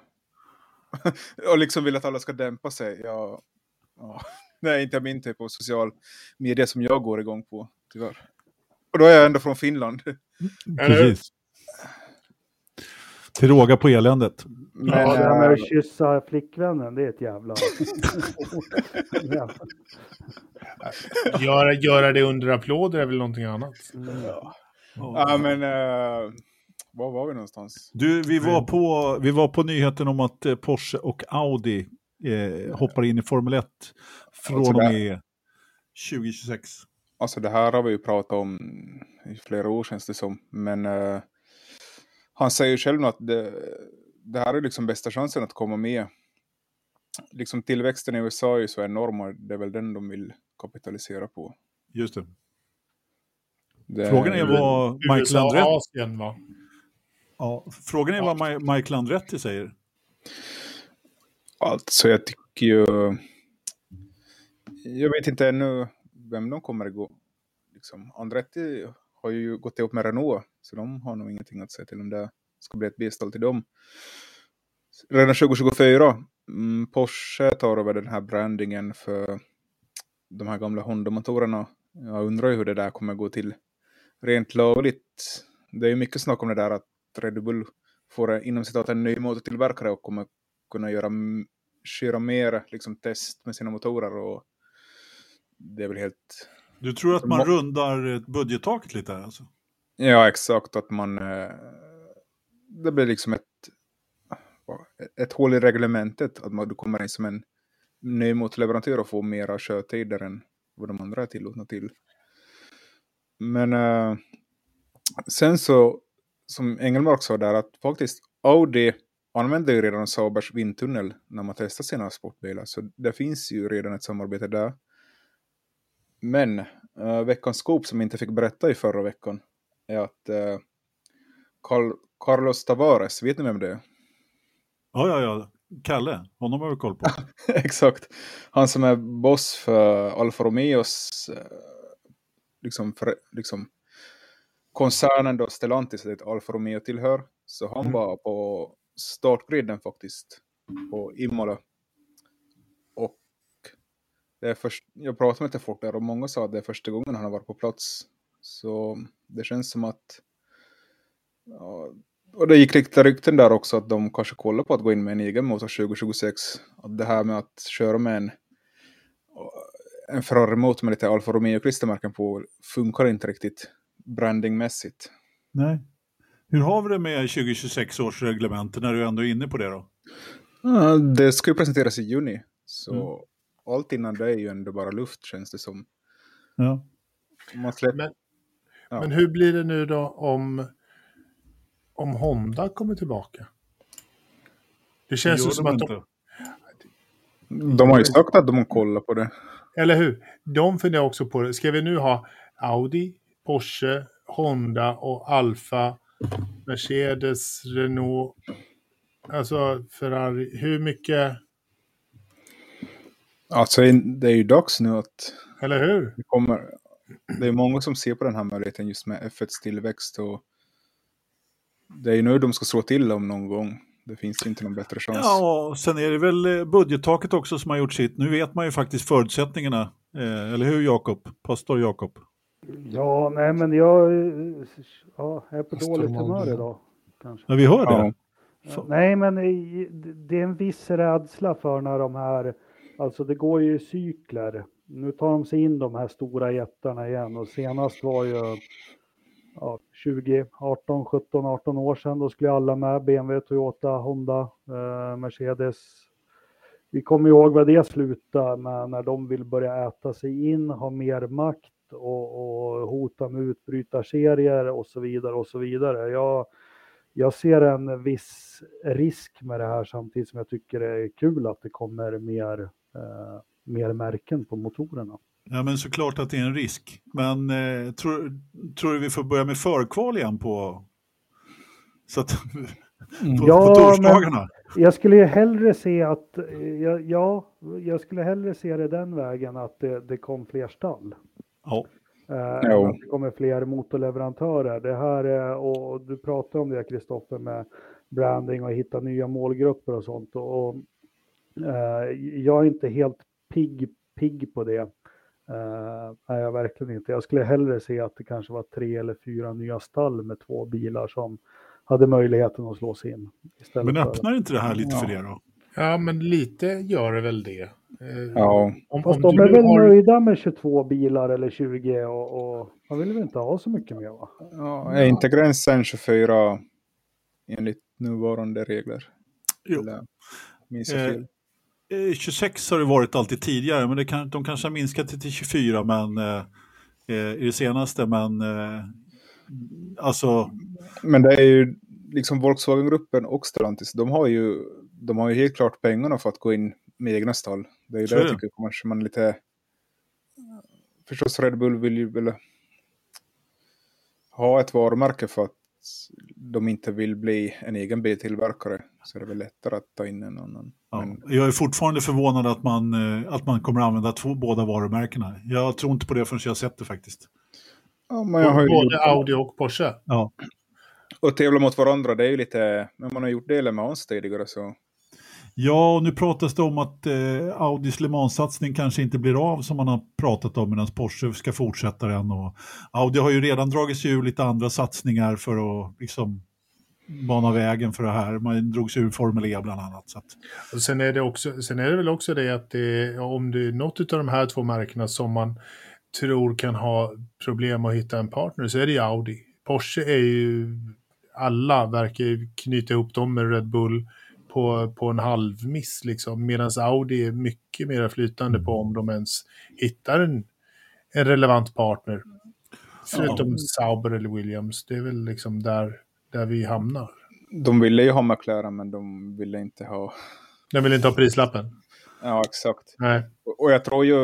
och liksom vill att alla ska dämpa sig. Ja, ja. Det är inte min typ av social media som jag går igång på, tyvärr. Och då är jag ändå från Finland. Precis. Till råga på eländet. Men, Ja, det här med äh, att kyssa flickvännen, det är ett jävla... jävla. Göra, göra det under applåder är väl någonting annat. ja. ja, men äh, var var vi någonstans? Du, vi var på, vi var på nyheten om att eh, Porsche och Audi eh, hoppar in i Formel ett från Alltså och det- med tjugo tjugosex. Alltså det här har vi ju pratat om i flera år, känns det som. Men äh, han säger ju själv att det, det här är liksom bästa chansen att komma med. Liksom tillväxten i U S A är ju så enorm, och det är väl den de vill kapitalisera på. Just det. Det, Frågan är vad Michael U S A och Andretti, Asien, va? ja, frågan är vad Mi- Michael Andretti säger. Alltså jag tycker ju... Jag vet inte ännu vem de kommer att gå. Liksom, Andretti har ju gått ihop med Renault, så de har nog ingenting att säga till om det ska bli ett bistånd till dem. Redan tjugo tjugofyra, mm, Porsche tar över den här brandingen för de här gamla Honda-motorerna. Jag undrar ju hur det där kommer gå till rent lagligt. Det är ju mycket snack om det där att Red Bull får inom citat en ny motortillverkare och kommer kunna göra köra mer liksom, test med sina motorer, och det är väl helt... Du tror att man Må- rundar budgettaket lite här alltså? Ja, exakt, att man eh, det blir liksom ett ett hål i reglementet, att man, du kommer in som en ny motorleverantör och får mera körtider än vad de andra är tillåtna till. Men eh, sen så, som Engelmark sa där, att faktiskt Audi använder ju redan Saubers vindtunnel när man testar sina sportbilar, så det finns ju redan ett samarbete där. Men uh, veckans skop som inte fick berätta i förra veckan är att uh, Carl, Carlos Tavares, vet ni vem det är? Ja, ja, ja. Kalle, honom har vi koll på. Exakt. Han som är boss för Alfa Romeos uh, liksom, för, liksom koncernen då Stellantis, det Alfa Romeo tillhör. Så han Mm. var på startgriden faktiskt på Imola. Och det är först, jag pratade med lite folk där och många sa att det är första gången han har varit på plats. Så det känns som att ja, Och det gick riktigt rykten där också att de kanske kollar på att gå in med en egen motor tjugo tjugosex. Att det här med att köra med en, en Ferrari-motor med lite Alfa Romeo-klistermärken på funkar inte riktigt brandingmässigt. Nej. Hur har vi det med tjugo tjugosex års reglement när du ändå är inne på det då? Ja, det ska ju presenteras i juni. Så Mm. allt innan det är ju ändå bara luft, känns det som. Ja. Man släpper... Men, Ja. men hur blir det nu då om, om Honda kommer tillbaka? Det känns ju Gör som de att inte. de... De har ju sagt att de kollar på det. Eller hur? De funderar också på det. Ska vi nu ha Audi, Porsche, Honda och Alfa, Mercedes, Renault, alltså Ferrari. Hur mycket, Alltså det är ju dags nu att eller hur? det kommer... Det är många som ser på den här möjligheten just med F ett tillväxt. Och det är ju nu de ska slå till om någon gång. Det finns ju inte någon bättre chans. Ja, och sen är det väl budgettaket också som har gjort sitt. Nu vet man ju faktiskt förutsättningarna. Eh, eller hur, Jakob? Pastor Jakob? Ja, nej men jag ja, är på Pastor dåligt Molde. humör idag. Kanske. Ja, vi hör det. Ja. Ja, nej, men i- det är en viss rädsla för när de här, alltså det går ju i cykler. Nu tar de sig in de här stora jättarna igen och senast var ju ja, tjugo arton, sjutton, arton år sedan. Då skulle alla med, B M W, Toyota, Honda, eh, Mercedes. Vi kommer ihåg vad det slutade med när de vill börja äta sig in, ha mer makt och, och hota med utbrytarserier och så vidare och så vidare. Jag, jag ser en viss risk med det här samtidigt som jag tycker det är kul att det kommer mer, eh, mer märken på motorerna. Ja, men såklart att det är en risk. Men eh, tror, tror du vi får börja med förkval igen på, så att, på, Ja, på torsdagarna? Jag skulle ju hellre se att, eh, ja, ja, jag skulle hellre se det den vägen att det, det kom fler stall. Ja. Eh, Jo. att det kommer fler motorleverantörer. Det här är, och du pratar om det, Kristoffer, med branding och hitta nya målgrupper och sånt. Och, och eh, jag är inte helt pigg, pigg på det. Eh, nej, jag verkligen inte. Jag skulle hellre se att det kanske var tre eller fyra nya stall med två bilar som hade möjligheten att slå sig in. Istället Men för, öppnar inte det här lite för det då? Ja, men lite gör det väl det. Eh, Ja. Om, fast om de du är väl har... nöjda med tjugotvå bilar eller tjugo och, och man vill väl inte ha så mycket mer, va? Ja, är inte gränsen tjugofyra enligt nuvarande regler? Jo. Eller minns jag Eh, fel? Eh, tjugosex har det varit alltid tidigare, men det kan, de kanske har minskat det till tjugofyra men, eh, eh, i det senaste. Men eh, alltså, Men det är ju liksom Volkswagen-gruppen och Stellantis. De har ju, de har ju helt klart pengarna för att gå in med egna stall. Det är ju Så det är jag det. tycker kanske man lite... Förstås Red Bull vill ju väl ha ett varumärke för att de inte vill bli en egen biltillverkare. Så är det väl lättare att ta in en annan. ja. Men, Jag är fortfarande förvånad att man, eh, att man kommer att använda två, båda varumärkena. Jag tror inte på det förrän jag har sett det faktiskt. ja, men jag har ju Både gjort, Audi och Porsche. Ja. och tävla mot varandra, det är ju lite... Men man har gjort det med oss tidigare så... Ja, och nu pratas det om att eh, Audis Le Mans-satsning kanske inte blir av som man har pratat om, medan Porsche ska fortsätta den. Och Audi har ju redan dragit sig ur lite andra satsningar för att liksom bana vägen för det här. Man drog sig ur Formel E bland annat. Så att, Och sen är det också, sen är det väl också det att det, om det är något av de här två märkena som man tror kan ha problem att hitta en partner, så är det ju Audi. Porsche är ju, alla verkar ju knyta ihop dem med Red Bull på, på en halvmiss liksom, medan Audi är mycket mer flytande på om de ens hittar en, en relevant partner. Förutom Ja. Sauber eller Williams, det är väl liksom där, där vi hamnar. De ville ju ha McLaren, men de ville inte ha... De vill inte ha prislappen. Ja, exakt. Nej. Och och jag tror ju...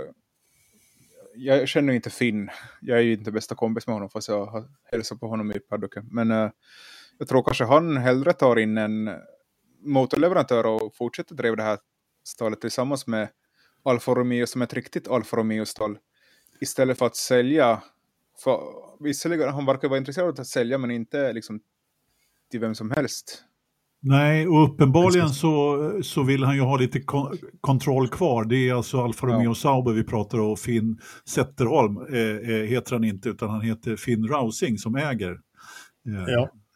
Jag känner ju inte Finn. Jag är ju inte bästa kompis med honom, fast jag har hälsat på honom i paddocken. Men uh, jag tror kanske han hellre tar in en motorleverantör och fortsätter driva det här stallet tillsammans med Alfa Romeo som ett riktigt Alfa Romeo-stall. Istället för att sälja... För, visserligen, han verkar vara intresserad av att sälja, men inte liksom till vem som helst. nej, och uppenbarligen så, så vill han ju ha lite kon- kontroll kvar. Det är alltså Alfa Romeo Ja. Sauber vi pratar om, och Finn Zetterholm eh, eh, heter han inte, utan han heter Finn Rausing som äger. Eh, Ja.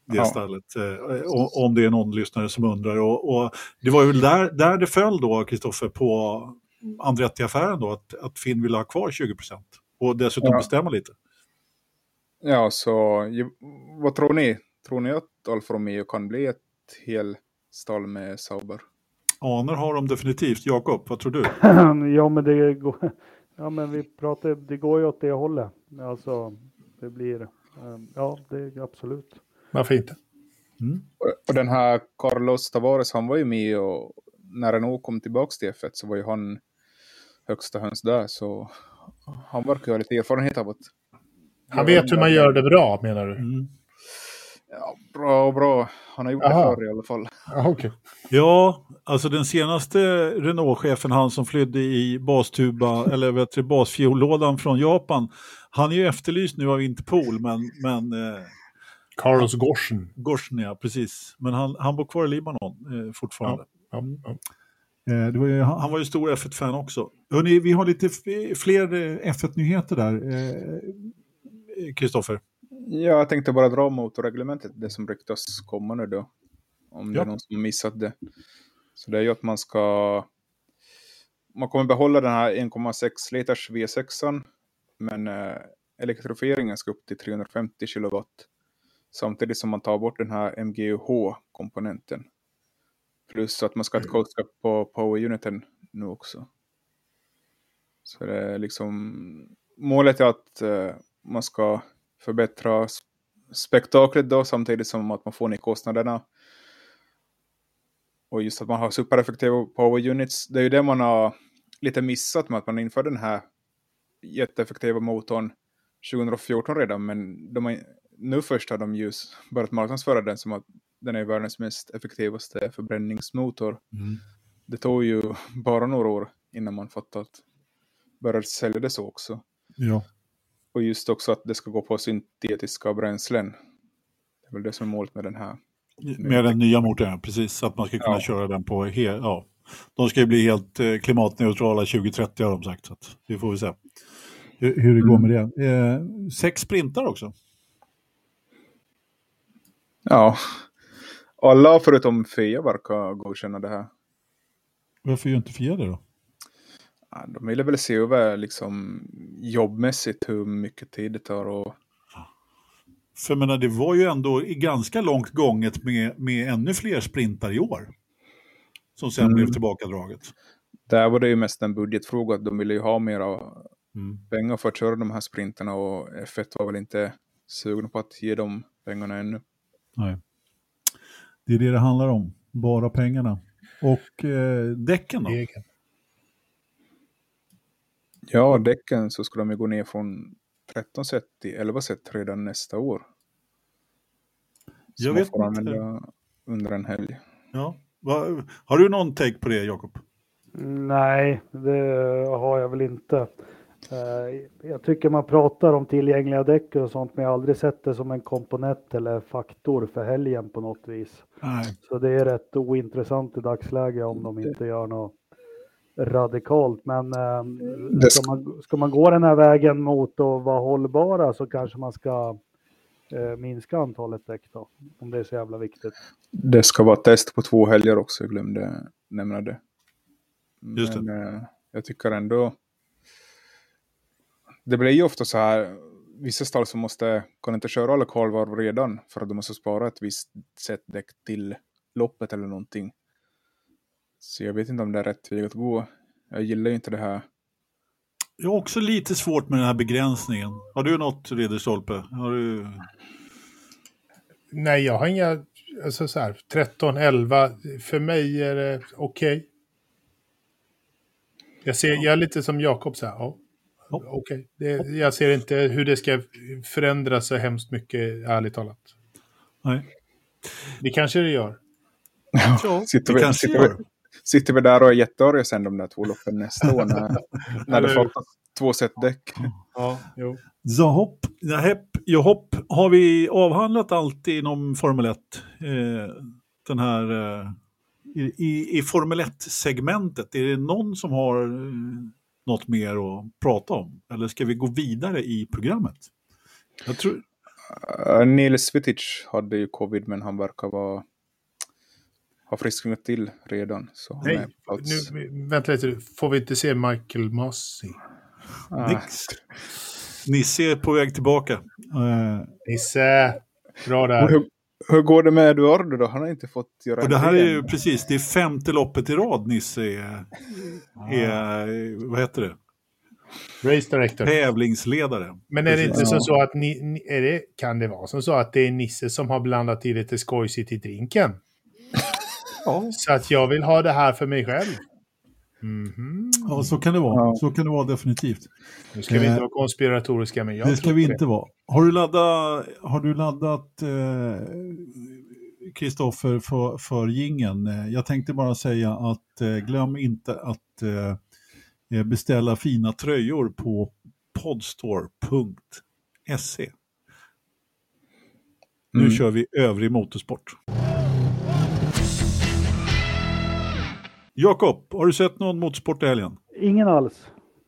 det Ja. stället. Eh, om det är någon lyssnare som undrar. Och, och det var ju där, där det föll då, Kristoffer, på Andretti-affären då, att, att Finn ville ha kvar tjugo procent. Och dessutom Ja. bestämma lite. Ja, så ju- vad tror ni? Tror ni att Alfa Romeo kan bli ett helstall med Sauber? Aner har de definitivt. Jakob, vad tror du? Ja, men det går, ja, men vi pratar, det går ju åt det hållet. Alltså, det blir, eh, ja, det är absolut. Varför inte? Mm. Och den här Carlos Tavares, han var ju med, och när Renault kom tillbaka till F ett så var ju han högsta höns där, så han verkar ha lite erfarenhet av att... Han vet hur man gör det bra, menar du? Mm. Ja, bra och bra. Han har gjort Aha. det förr i alla fall. Ja, okej. Ja, alltså den senaste Renault-chefen, han som flydde i bastuba, eller vet du, basfiollådan från Japan, han är ju efterlyst nu av Interpol, men, men eh, Carlos Gorsen. Gorsen, ja, precis. Men han, han bor kvar i Libanon eh, fortfarande. Ja, ja. Eh, det var ju, han, han var ju stor F ett-fan också. Hörrni, vi har lite f- fler eh, F ett-nyheter där. Kristoffer? Eh, Ja, jag tänkte bara dra motorreglementet, det som ryktas komma nu då. Om det Ja. är någon som har missat det. Så det är ju att man ska... Man kommer behålla den här en komma sex liters V sexan, men eh, elektrifieringen ska upp till trehundrafemtio kilowatt. Samtidigt som man tar bort den här M G U H-komponenten. Plus att man ska ha ett kodskatt på power-uniten nu också. Så det är liksom... Målet är att eh, man ska förbättra sp- spektaklet då, samtidigt som att man får ner kostnaderna. Och just att man har supereffektiva power units. Det är ju det man har lite missat med att man inför den här jätteeffektiva motorn tjugohundrafjorton redan. Men de har, nu först har de just börjat marknadsföra den som att den är världens mest effektivaste förbränningsmotor. Mm. Det tog ju bara några år innan man fattat att började sälja det så också. Ja. Och just också att det ska gå på syntetiska bränslen. Det är väl det som är målet med den här. Med den nya motorn, precis. Så att man ska kunna Ja. köra den på... He- ja. De ska ju bli helt eh, klimatneutrala tjugo trettio har de sagt. Så att det får vi se hur, hur det går med det. Eh, sex sprintar också. Ja. Alla förutom Fia verkar godkänna det här. Varför gör inte Fia det då? Ja, de ville väl se över liksom jobbmässigt hur mycket tid det tar. Och... För jag menar, det var ju ändå i ganska långt gånget med, med ännu fler sprintar i år. Som sen Mm. blev tillbakadraget. Där var det ju mest en budgetfråga. De ville ju ha mer Mm. pengar för att köra de här sprinterna. Och F ett var väl inte sugen på att ge dem pengarna ännu. Nej. Det är det det handlar om. Bara pengarna. Och eh, däcken då? Egen. Ja, däcken så ska de ju gå ner från tretton set till elva set redan nästa år. Så Jag man vet får inte. använda under en helg. Ja. Va, har du någon take på det, Jakob? Nej, det har jag väl inte. Eh, Jag tycker man pratar om tillgängliga däck och sånt, men jag har aldrig sett det som en komponent eller faktor för helgen på något vis. Nej. Så det är rätt ointressant i dagsläget om de inte gör något radikalt. Men eh, Det ska, man, ska man gå den här vägen mot att vara hållbara så kanske man ska eh, minska antalet däck då, om det är så jävla viktigt. Det ska vara test på två helger också, jag glömde nämna det. Just det. Men eh, jag tycker ändå... Det blir ju ofta så här, vissa stall som måste, kan inte köra alla kvalvarv redan för att de måste spara ett visst sätt däck till loppet eller någonting. Så jag vet inte om det är rätt väg att gå. Jag gillar ju inte det här. Jag har också lite svårt med den här begränsningen. Har du något, Ridderstolpe? Har du... Nej, jag har inga... Alltså så här, tretton, elva. För mig är det okej. Jag ser, jag är lite som Jakob så här. Ja, Ja. okej. Det- Jag ser inte hur det ska förändra sig hemskt mycket, ärligt talat. Nej. Det kanske det gör. Ja, Sitter det vi, kanske sitter, gör. vi, sitter vi där och är jättearga sen de där två loppen nästa år när, när Eller det hur? fattas två set däck. Ja, jo. Så hopp, ja, hepp, ja, hopp. Har vi avhandlat allt inom Formel ett? Eh, den här... Eh, i, i, I Formel ett-segmentet, är det någon som har eh, något mer att prata om? Eller ska vi gå vidare i programmet? Jag tror... Uh, Nils Vitic hade ju covid, men han verkar vara har frisknat till redan. Så han Nej, är på plats. nu, vänta lite. Får vi inte se Michael Mossi? Ah, Nix. Nisse är på väg tillbaka. Uh, Nisse, bra där. hur, hur går det med Eduardo då? Han har inte fått göra och det här är ju en precis, det är femte loppet i rad Nisse är, är vad heter det? Race director. Tävlingsledare. Men är det Precis. inte som så att ni, ni, är det, kan det vara som så att det är Nisse som har blandat i lite skojsigt i drinken? Ja. Så att jag vill ha det här för mig själv. Mhm. Ja, så kan det vara. Ja. Så kan det vara definitivt. Nu ska vi inte vara konspiratoriska, men jag Det ska tror vi på inte vara. Har du laddat, har du laddat Kristoffer eh, för, för gingen? Jag tänkte bara säga att eh, glöm inte att eh, beställa fina tröjor på podstore punkt se. Nu Mm. kör vi övrig motorsport. Jakob, har du sett någon motorsport i helgen? Ingen alls.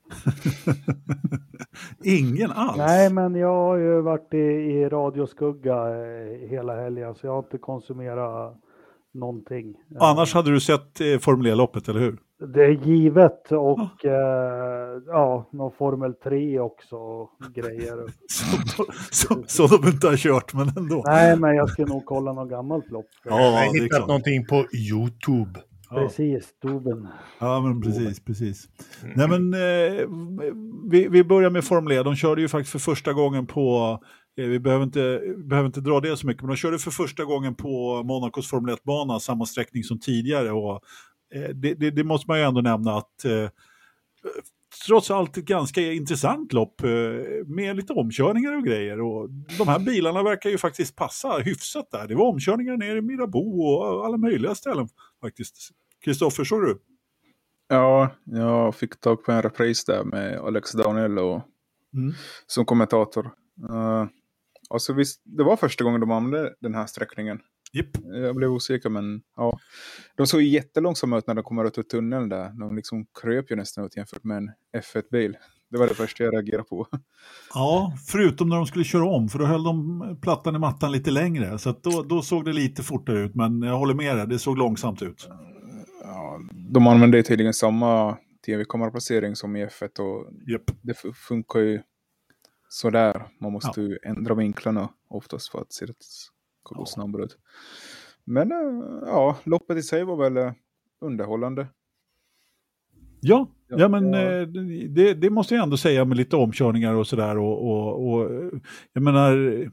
Ingen alls? Nej, men jag har ju varit i, i radioskugga eh, hela helgen, så jag har inte konsumerat någonting. Annars hade du sett eh, Formel E-loppet, eller hur? Det är givet, och eh, ja, någon Formel tre också och grejer. Så, så, så de inte har kört, men ändå. Nej, men jag ska nog kolla någon gammalt lopp. Ja, Jag det har är hittat klart. någonting på YouTube. Ja. Precis, Doben. Ja, men precis, precis. Nej, men eh, vi, vi börjar med Formel E. De körde ju faktiskt för första gången på, eh, vi behöver inte, behöver inte dra det så mycket, men de körde för första gången på Monacos Formel ett-bana, samma sträckning som tidigare. Och eh, det, det, det måste man ju ändå nämna att eh, trots allt ett ganska intressant lopp eh, med lite omkörningar och grejer. Och de här bilarna verkar ju faktiskt passa hyfsat där. Det var omkörningar ner i Mirabeau och alla möjliga ställen faktiskt. Kristoffer, såg du? Ja, jag fick tag på en repris där med Alex Downell och, Mm. som kommentator. Uh, alltså visst, det var första gången de använde den här sträckningen. Japp. Jag blev osäker, men ja. De såg jättelångsamma ut när de kommer ut ur tunneln där. De liksom kröp ju nästan ut jämfört med en F ett-bil. Det var det första jag reagerade på. Ja, förutom när de skulle köra om, för då höll de plattan i mattan lite längre. Så att då, då såg det lite fortare ut, men jag håller med dig, det såg långsamt ut. Ja, de använde tydligen samma tv-kameraplacering som i F ett och Japp. det funkar ju sådär. Man måste ja. ju ändra vinklarna oftast för att se det ska gå snabbare ut. Men ja, loppet i sig var väl underhållande. Ja, ja, ja men ja. Det, det måste jag ändå säga med lite omkörningar och sådär. Och, och, och jag menar,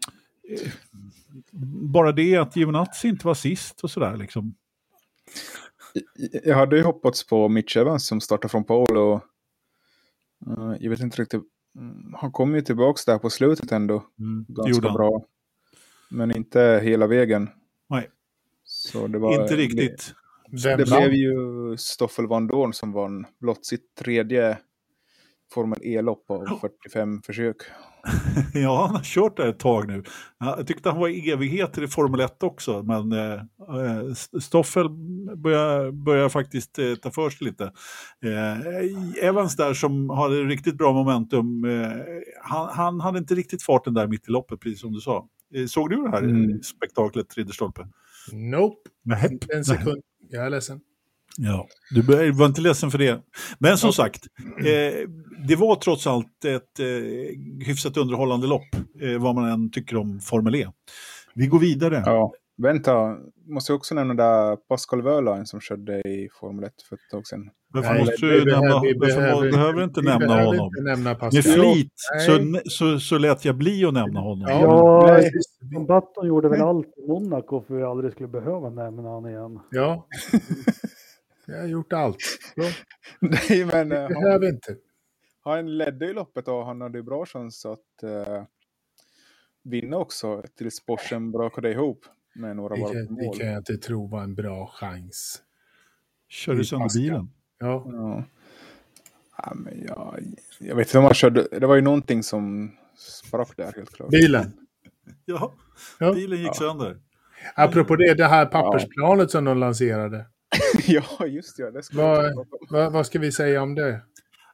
bara det att Giovinazzi inte var sist och sådär liksom. Jag hade ju hoppats på Mitch Evans som startar från pole och uh, jag vet inte riktigt, han kom ju tillbaka där på slutet ändå. Mm, ganska bra. Men inte hela vägen. Nej, så det var, inte riktigt. Det, det blev ju Stoffel Van Dorn som vann blott sitt tredje Formel E-lopp av fyrtiofem försök. Ja, han har kört där ett tag nu. Jag tyckte han var i evigheter i Formel ett också, men eh, Stoffel börjar, börjar faktiskt eh, ta för sig lite. Eh, Evans där som hade riktigt bra momentum, eh, han, han hade inte riktigt farten där mitt i loppet, precis som du sa. Eh, såg du det här mm. spektaklet Ridderstolpe? Nope. Nej. En sekund. Jag är ledsen. Ja, du var inte ledsen för det. Men som sagt, eh, det var trots allt ett eh, hyfsat underhållande lopp, eh, vad man än tycker om Formel E. Vi går vidare. Ja, vänta. Måste jag också nämna där Pascal Wehrlein som körde i Formel ett för ett tag sedan. Varför måste du nämna, vi behöver, behöver, behöver inte vi nämna behöver honom. Inte nämna Med flit så, så, så lät jag bli att nämna honom. Ja, ja Button gjorde väl allt i Monaco för vi aldrig skulle behöva nämna honom igen. Ja, jag har gjort allt. Så. Nej, men vi uh, behöver han, inte. Han ledde i loppet och han hade bra chans att uh, vinna också tills Porschen brakade ihop med några det, varv kan, på mål. Det kan jag inte tro var en bra chans. Körde sönder bilen. Ja. Ja. Ja, men jag, jag vet inte om man körde. Det var ju någonting som sprack där helt klart. Bilen. Ja, ja. bilen gick ja. sönder. Apropå det, det här pappersplanet ja. som de lanserade. Ja, just det. det vad, vad, vad ska vi säga om det?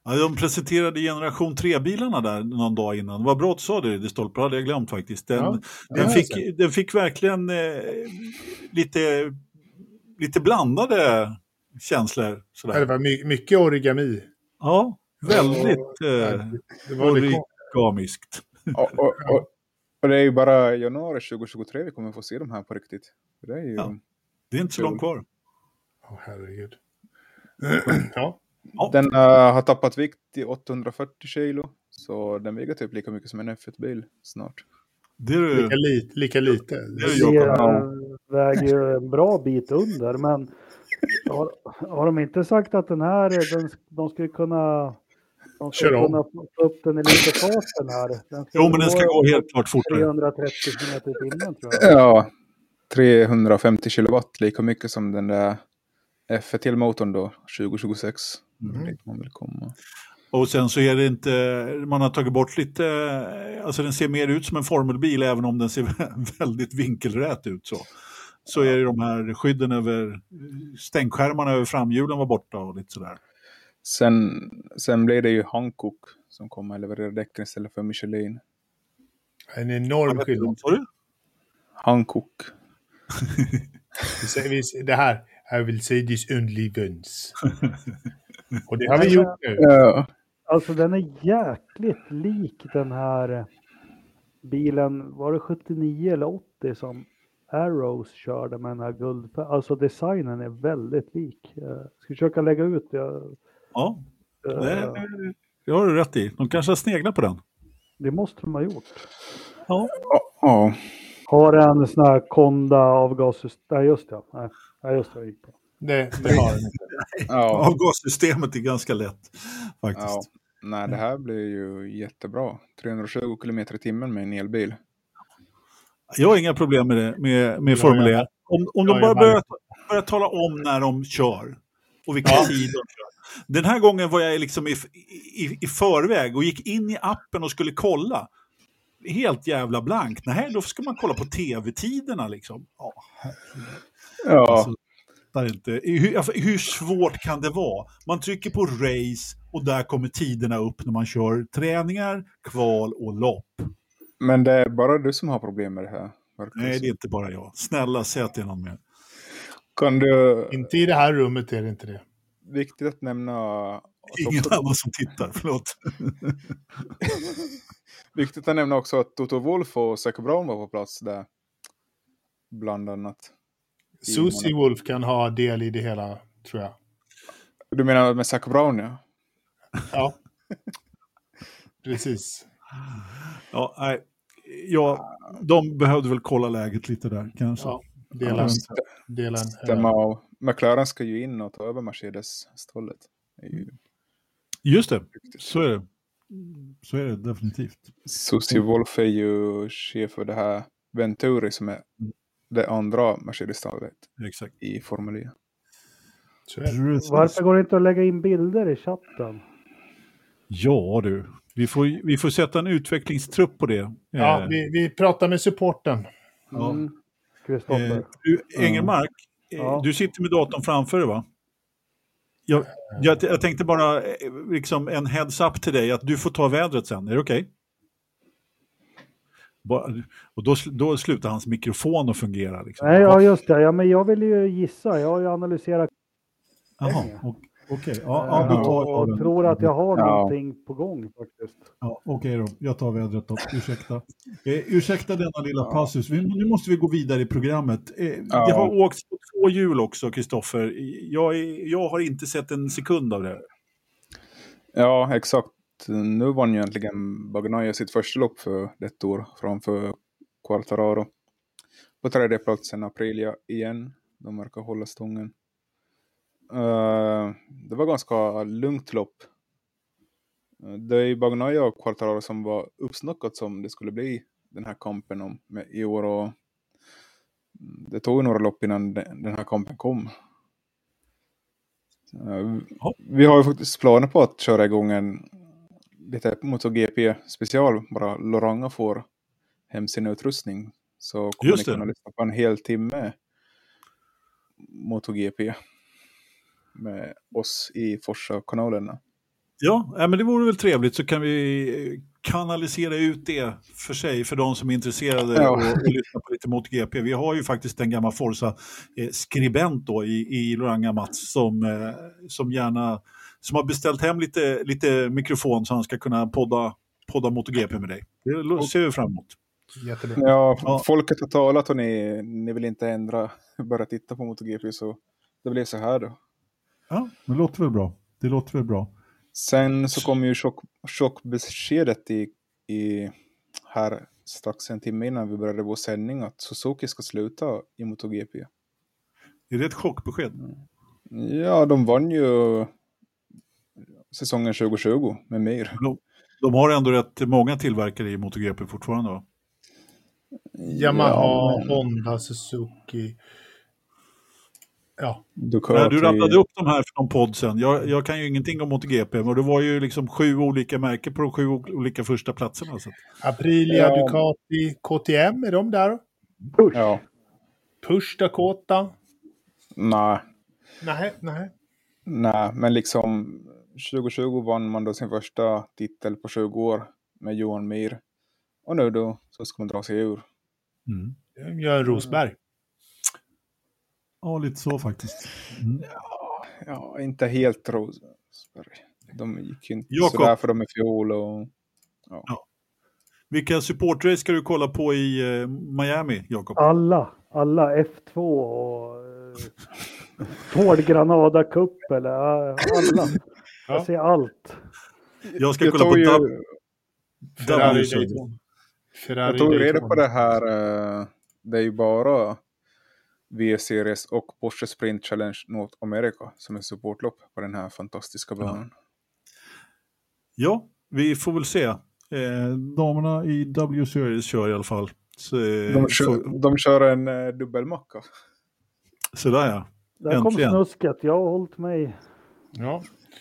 Ja, de presenterade generation tre-bilarna där någon dag innan. Vad bra att du sa det, det stolpar hade jag glömt faktiskt. Den, Ja, den, fick, den fick verkligen eh, lite, lite blandade känslor. Sådär. Det var my- mycket origami. Ja, väldigt eh, Det var det origamiskt. Och, och, och, och det är ju bara januari tjugohundratjugotre vi kommer få se de här på riktigt. Det är ju... Ja. Det är inte så långt kvar. Åh, oh, herregud. Ja. Ja. Den uh, har tappat vikt i åttahundrafyrtio kilo. Så den väger typ lika mycket som en F ett-bil snart. Det är du... Lika, li- lika lite. Det är Det Jakob. väger ju en bra bit under, men har, har de inte sagt att den här, den, de skulle kunna, de skulle Kör om. kunna få upp den i lite farten här? Den ska Jo, men den ska gå helt klart fortare. trehundratrettio kilometer i timmen tror jag. Ja, trehundrafemtio kilowatt, lika mycket som den där F ett-motorn då, tjugohundratjugosex. Mm. Dit man vill komma. Och sen så är det inte, man har tagit bort lite, alltså den ser mer ut som en formelbil även om den ser väldigt vinkelrät ut så. Så är det de här skydden över, stänkskärmarna över framhjulen var borta och lite sådär. Sen, sen blev det ju Hankook som kommer att leverera däcken istället för Michelin. En enorm skillnad. Sa du? Hankook. Vi säger- vi- Det här, I will say this only once. Och det har vi gjort nu. Ja, Alltså den är jäkligt lik den här bilen, var det sjuttionio eller åttio som Arrows körde med den här guld. Alltså designen är väldigt lik. Jag ska försöka lägga ut det. Ja, Eh, det, det har du rätt i. De kanske har sneglat på den. Det måste de ha gjort. Ja. ja. Har en sån här Konda avgassystem. Nej just det. Nej, Nej, just det. Jag gick på. Det, det har den inte. ja. Avgassystemet är ganska lätt faktiskt. ja. Nej, det här blir ju jättebra. trehundratjugo kilometer i timmen med en elbil. Jag har inga problem med det, med, med Formel E. Om, om de Ja, bara jag börjar, börjar tala om när de kör och vilken Ja. tid de kör. Den här gången var jag liksom i, i, i förväg och gick in i appen och skulle kolla. Helt jävla blankt. Nej, då ska man kolla på tv-tiderna liksom. Ja, Ja, alltså, där är inte. Hur, hur svårt kan det vara? Man trycker på race och där kommer tiderna upp när man kör träningar, kval och lopp. men det är bara du som har problem med det här. verkar Nej, som. det är inte bara jag. Snälla, säg att det är någon mer. Kan du... Inte i det här rummet är det inte det. Viktigt att nämna... Ingen också, annan som tittar, förlåt. viktigt att nämna också att Toto Wolff och Zac Brown var på plats där. Bland annat. Susie Wolf kan ha del i det hela, tror jag. Du menar med Zac Brown, ja? Ja. Precis. Ja, nej. Ja, de behövde väl kolla läget lite där, kanske. Ja, delen. delen. Stämma av. McLaren ska ju in och ta över Mercedes-stollet. Det är ju Just det, viktigt. så är det. Så är det definitivt. Susie Wolff är ju chef för det här Venturi som är det andra Mercedes-stallet Exakt. i Formel E. Så är det. Precis. Varför går det inte att lägga in bilder i chatten? Ja du, vi får, vi får sätta en utvecklingstrupp på det. Ja, Eh, vi, vi pratar med supporten. Ja. Mm. Kristoffer. eh, du, Engelmark, eh, Ja. du sitter med datorn framför dig, va? Jag, jag, jag tänkte bara eh, liksom en heads up till dig att du får ta vädret sen, är det okej? Bara- Och då, sl- då slutar hans mikrofon att fungera. Liksom. Nej, ja just det. Ja, men jag vill ju gissa. Jag har ju analyserat Jaha, o- okej. Ja, ja, då tar jag och den. tror att jag har Ja. någonting på gång faktiskt. Ja, okej då, jag tar vädret då. Ursäkta. Eh, ursäkta denna lilla passus. Vi, nu måste vi gå vidare i programmet. Eh, Ja. Det har åkt på två hjul också, Kristoffer. Jag, är- jag har inte sett en sekund av det. Ja, exakt. Nu vann ju egentligen Bagnaia sitt första lopp för detta år framför Quartararo. På tredje platsen Aprilia igen. De verkar hålla stången. Uh, det var ganska lugnt lopp. Uh, det är Bagnaia och Quartararo som var uppsnackat som det skulle bli den här kampen om med, i år. Och det tog några lopp innan den, den här kampen kom. Uh, Ja. Vi har ju faktiskt planer på att köra igång en lite MotoGP special. Bara Loranga får hem sin utrustning. Så kommer Just ni det. kunna lyssna på en hel timme MotoGP med oss i Forsa-kanalerna. Ja, men det vore väl trevligt, så kan vi kanalisera ut det för sig för de som är intresserade ja. och, och lyssna på lite MotoGP. Vi har ju faktiskt en gammal Forza-skribent då i, i Loranga Mats som, eh, som gärna som har beställt hem lite, lite mikrofon så han ska kunna podda, podda MotoGP med dig. Det ser vi fram emot. Jättebra. Ja, ja, folket har talat och ni, ni vill inte ändra, börja titta på MotoGP, så det blir så här då. Ja, det låter väl bra. Det låter väl bra. Sen så kommer ju chock, chockbeskedet i, i här strax en timme innan vi började vår sändning att Suzuki ska sluta i MotoGP. Är det ett chockbesked? Ja, de vann ju säsongen tjugo tjugo med mer. De, de har ändå rätt många tillverkare i MotoGP fortfarande då? Yamaha, ja, men... Honda, Suzuki... Ja. Du, Nej, du rabblade upp de här från podden. Jag, jag kan ju ingenting om MotoGP, men det var ju liksom sju olika märken på de sju olika första platserna. Så. Aprilia, ja. Ducati, K T M, är de där? Push. Ja. Push Dakota? Nej. Nej, nej. Nej, men liksom tjugo tjugo vann man då sin första titel på tjugo år med Johan Mir. Och nu då så ska man dra sig ur. Mm. Gör en Rosberg. Ja, lite så faktiskt. Mm. Ja, ja, inte helt Rosberg. De gick ju inte sådär för de är fjol och... Ja. Ja. Vilka supportrace ska du kolla på i uh, Miami, Jakob? Alla. Alla F två och uh, Ford Granada Cup eller uh, alla. Ja. Jag ser allt. Jag ska jag kolla på ju... Dub... Ferrari Daytona. Jag tog reda på det här. Uh, det är ju bara V-series och Porsche Sprint Challenge North America som är supportlopp på den här fantastiska banan. Ja, ja, vi får väl se. Eh, damerna i W-series kör i alla fall. Så, de, kör, så... de kör en eh, dubbelmacka. Sådär ja. Där kom snusket, jag har hållit mig. Ja.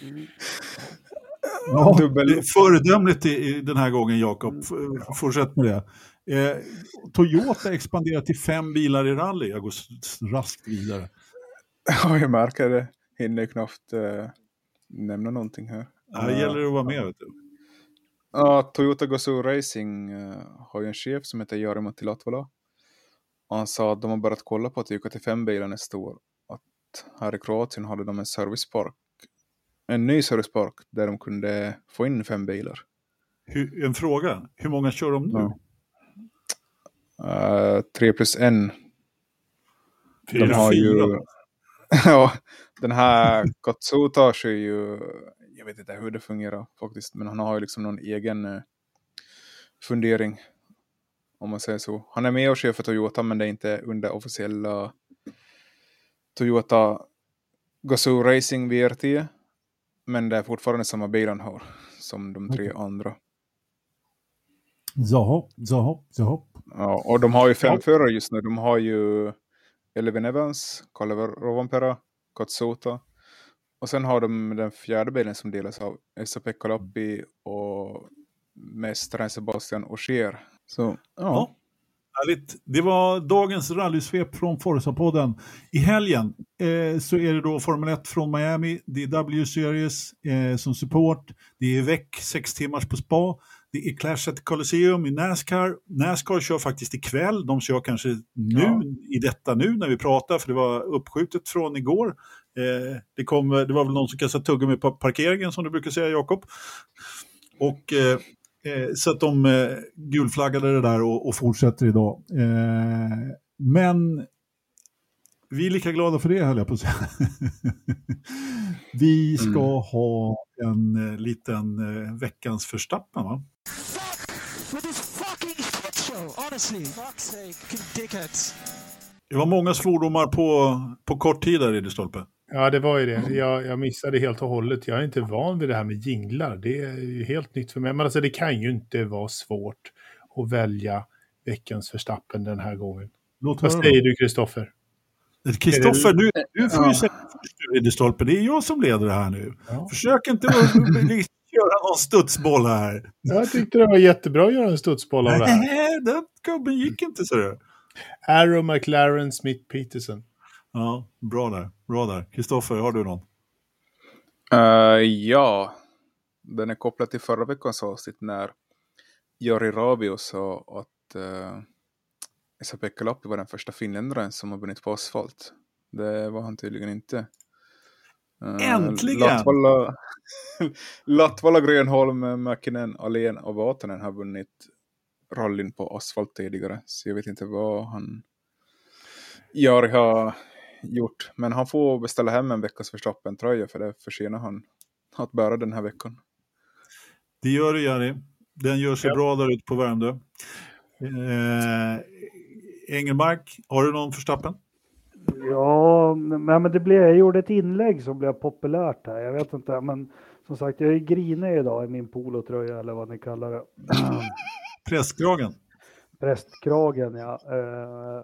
Ja, Dubbel... föredömligt i, i den här gången, Jakob. Fortsätt med det. Eh, Toyota expanderar till fem bilar i rally. Jag går raskt vidare. Ja, jag märker det. Hinner knappt eh, nämna någonting här. Ja, det gäller att vara med, vet du. Ja, Toyota Gazoo Racing uh, har ju en chef som heter Jarmo Tilatvala. Han sa att de har börjat kolla på att åka till fem bilar nästa år. Att här i Kroatien hade de en servicepark. En ny servicepark där de kunde få in fem bilar. Hur, en fråga. Hur många kör de nu? Ja. Uh, tre plus en. Fyra, de har fyra. ju... ja, den här Gazoo tar sig ju... Jag vet inte hur det fungerar faktiskt. Men han har ju liksom någon egen uh, fundering. Om man säger så. Han är med och kör för Toyota, men det är inte under officiella Toyota Gazoo Racing V R T. Men det är fortfarande samma bil han har som de tre okay. andra. Jaha, jaha, jaha. Ja, och de har ju fem ja. förare just nu. De har ju Elvin Evans, Kalle Rovanperä, Katsota. Och sen har de den fjärde bilen som delas av Esa-Pekka Lappi och mästaren Sebastian Ogier. Så, ja. ja. Härligt. Det var dagens rallysvep från Forza-podden. I helgen eh, så är det då Formel ett från Miami. Det är W-series eh, som support. Det är veck sex timmars på spa. Det är Clash at Coliseum i NASCAR. NASCAR kör faktiskt ikväll. De kör kanske nu, ja. i detta nu när vi pratar. För det var uppskjutet från igår. Eh, det, kom, det var väl någon som kastade tuggummi på parkeringen som du brukar säga, Jakob. Och... Eh, Så att de eh, gulflaggade det där och, och fortsätter idag. Eh, men vi är lika glada för det, höll jag på att säga. Vi ska mm. ha en eh, liten eh, veckans Verstappen, va? Det var många svordomar på, på kort tid där i det stolpe. Ja, det var ju det. Jag, jag missade helt och hållet. Jag är inte van vid det här med jinglar. Det är ju helt nytt för mig. Men alltså, det kan ju inte vara svårt att välja veckans Verstappen den här gången. Låt Vad säger du, Kristoffer? Kristoffer, du, du får ju ja. säga först i det stolpe. Det är jag som leder det här nu. Ja. Försök inte att göra någon studsboll här. Jag tyckte det var jättebra att göra en studsboll av det här. Nej, den gubben gick inte så där. Arrow, McLaren, Smith, Peterson. Ja, bra där. Bra där. Kristoffer, har du någon? Uh, ja. den är kopplad till förra veckans avsnitt när Jari Raavio sa att uh, Esa-Pekka Lappi var den första finländaren som har vunnit på asfalt. Det var han tydligen inte. Uh, Äntligen! Latvala, Latvala, Grönholm, Mäkinen, Alén och Vatanen har vunnit rallyn på asfalt tidigare. Så jag vet inte vad han Jari har gjort. Men han får beställa hem en veckas Verstappen-tröja för det förtjänar han att bära den här veckan. Det gör det, Jari. Den gör sig Ja. bra där ute på Värmdö. Eh, Engelmark, har du någon Verstappen? Ja, men det blev, jag gjorde ett inlägg som blev populärt här. Jag vet inte, men som sagt, jag är grinig idag i min polotröja eller vad ni kallar det. Prästkragen. Prästkragen, ja. Eh,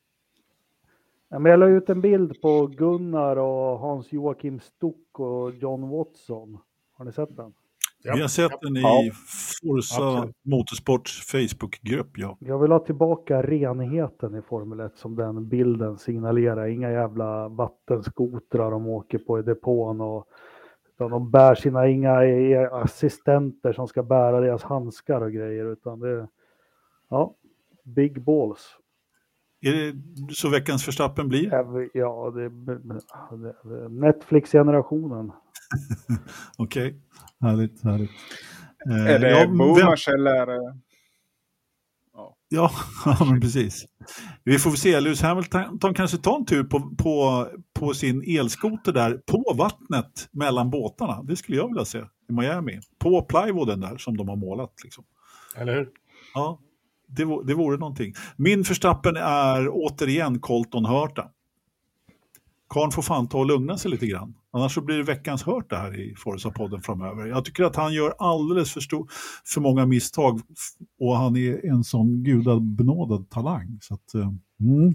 ja, men jag la ut en bild på Gunnar och Hans-Joakim Stock och John Watson. Har ni sett den? Ja. Vi har sett den i Ja. Forza Absolut. Motorsports Facebookgrupp, ja. Jag vill ha tillbaka renheten i Formel ett som den bilden signalerar. Inga jävla vattenskotrar de åker på i depån. Och, utan de bär sina inga assistenter som ska bära deras handskar och grejer. Utan det är, ja, big balls. Är det så veckans Verstappen blir? Ja, det är Netflix-generationen. Okej, okay. Härligt, härligt. Eh, Är det ja, boomers eller? Ja. Ja, ja, men precis. Vi får se, Lewis Hamilton kanske tar en tur på, på, på sin elskoter där på vattnet mellan båtarna. Det skulle jag vilja se i Miami. På plywooden där som de har målat. Liksom. Eller hur? Ja, det, det vore någonting. Min Verstappen är återigen Colton Hurta. Karn får fan ta och lugna sig lite grann. Annars så blir det veckans Hurta här i Forza-podden framöver. Jag tycker att han gör alldeles för, stor, för många misstag och han är en sån gudabenådad talang. Så att, mm.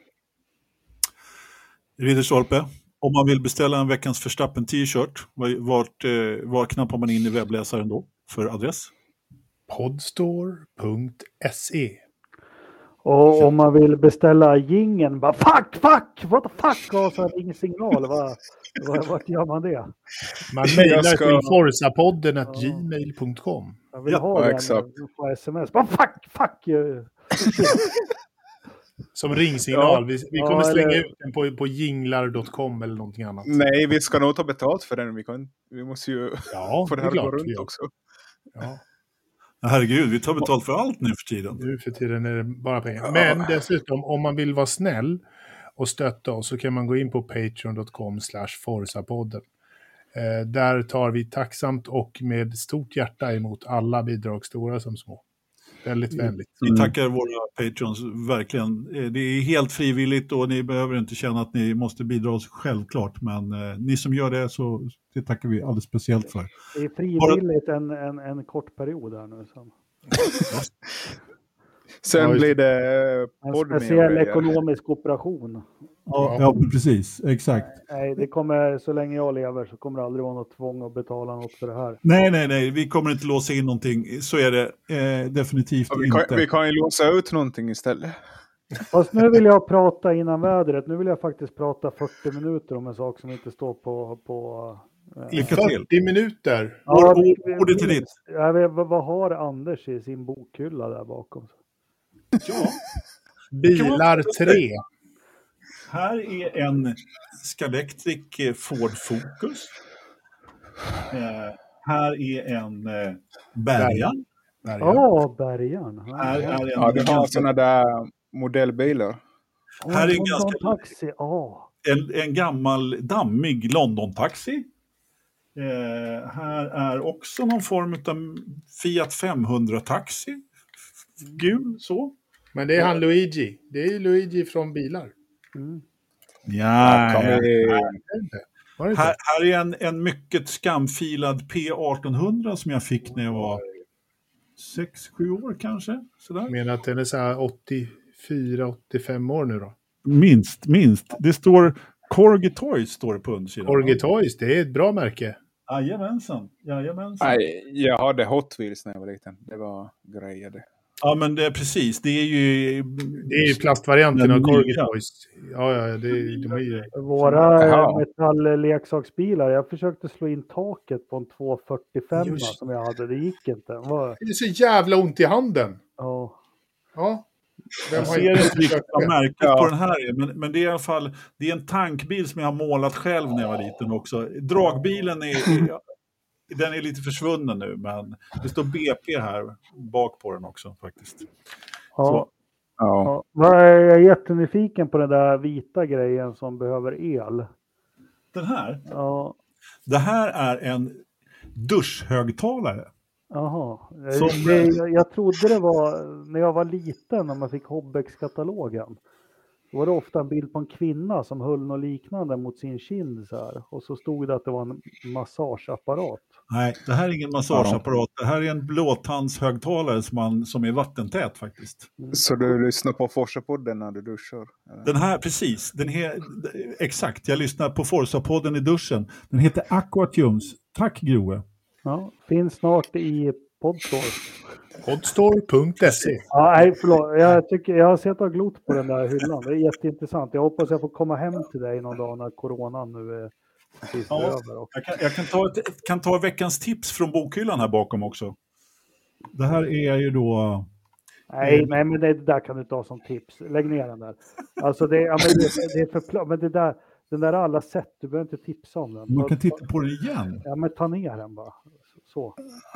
Ridderstolpe, om man vill beställa en veckans Verstappen t-shirt, vart, var knappar man in i webbläsaren då för adress? Podstore punkt se. Och om man vill beställa jingeln, bara fuck, fuck, what the fuck, och så är det ingen signal. Vad, vad, vart gör man det? Man mejlar ska- till forsapodden at Ja. gmail punkt com. Jag vill Ja, ha ja, den exakt. på sms. Bara fuck, fuck. eh, Som ringsignal. Ja. Vi, vi Ja, kommer slänga eller- ut den på, på jinglar punkt com eller någonting annat. Nej, vi ska nog ta betalt för den. Vi, kan, vi måste ju Ja, få det det är här att gå klart vi runt gör. också. Ja. Herregud, vi tar betalt för allt nu för tiden. Nu för tiden är det bara pengar. Men dessutom, om man vill vara snäll och stötta oss så kan man gå in på patreon punkt com slash forsapodden. Eh, där tar vi tacksamt och med stort hjärta emot alla bidrag, stora som små. Väldigt vänligt. Vi tackar våra patrons verkligen. Eh, Det är helt frivilligt och ni behöver inte känna att ni måste bidra självklart. Men eh, ni som gör det så det tackar vi alldeles speciellt för. Det är frivilligt en, en, en kort period här nu. Sen. Sen Ja, just blir det En podd med speciell grejer. ekonomisk operation. Ja, ja, precis. Exakt. Nej, det kommer, så länge jag lever så kommer det aldrig vara något tvång att betala något för det här. Nej, nej, nej. Vi kommer inte låsa in någonting. Så är det eh, definitivt Ja, vi, inte. kan, vi kan ju låsa ut någonting istället. Fast nu vill jag prata innan vädret. Nu vill jag faktiskt prata fyrtio minuter om en sak som inte står på... på eh, I Lycka till. fyrtio minuter. ja, Ord- vi- ord- ordet är ditt. Jag vet, vad, vad har Anders i sin bokhylla där bakom? Ja. Bilar tre. Här är en Scalextric eh, Ford Focus. Eh, här är en eh, Bergan. Där, Ja, ja. oh, Bergan. Här är en, Ja, du har ganska, sådana där modellbilar. här är en London ganska- Taxi, ja. en, en gammal dammig London-taxi. Eh, här är också någon form av Fiat femhundra-taxi. Gul, så. Men det är han Luigi. Det är ju Luigi från bilar. Mm. Ja, Kan vi... Var det inte? Här, här är en, en mycket skamfilad P arton hundra som jag fick när jag var sex sju år kanske. Sådär. Jag menar att den är så här åttiofyra åttiofem år nu då. Minst, minst. Det står Corgi Toys står det på undersidan. Corgi Toys, det är ett bra märke. Jajamensan. Jajamensan. Nej, jag hade Hot Wheels när jag var liten. Det var grejer det. Ja, men det är precis. Det är ju... Det är ju plastvarianten av Den Corgi nya. Toys. Ja, ja, det, de är ju... Våra Jaha. metallleksaksbilar, jag försökte slå in taket på en två fyrtiofem Just. som jag hade, det gick inte. Det var, Det är så jävla ont i handen. ja. Ja. Vem Jag har ser inte inte riktigt vad försökt? märket Ja. på den här är, men, men det är i alla fall det är en tankbil som jag har målat själv när jag var liten också. Dragbilen är, är, den är lite försvunnen nu, men det står B P här bak på den också faktiskt. Ja. Så, Ja. Ja. Vad är- Jag är jättenyfiken på den där vita grejen som behöver el. den här, Ja, det här är en duschhögtalare. jaha. Som- Det, jag, jag trodde det var när jag var liten när man fick Hobbex-katalogen. Då var det ofta en bild på en kvinna som höll något liknande mot sin kind så här. Och så stod det att det var en massageapparat. Nej, det här är ingen massageapparat. Det här är en blåtandshögtalare som, man, som är vattentät faktiskt. Så du lyssnar på Forsa-podden när du duschar? eller? Den här, precis. Den he, exakt, jag lyssnar på Forza-podden i duschen. Den heter Aquatunes. Tack Groe. Ja, finns snart i Podstore. Podstore punkt se. Ja, nej, förlåt. Jag, tycker, jag har sett och glott på den där hyllan. Det är jätteintressant. Jag hoppas jag får komma hem till dig någon dag när coronan nu är precis Ja. över. Och, Jag kan, jag kan, ta ett, kan ta veckans tips från bokhyllan här bakom också. Det här är ju då... nej, nej, men det, det där kan du ta som tips. Lägg ner den där. Alltså det, ja, men det, det är för pla- men det där, den där har alla sett. Du behöver inte tipsa om den. Man kan titta på det igen. Ja, men ta ner den bara. Så.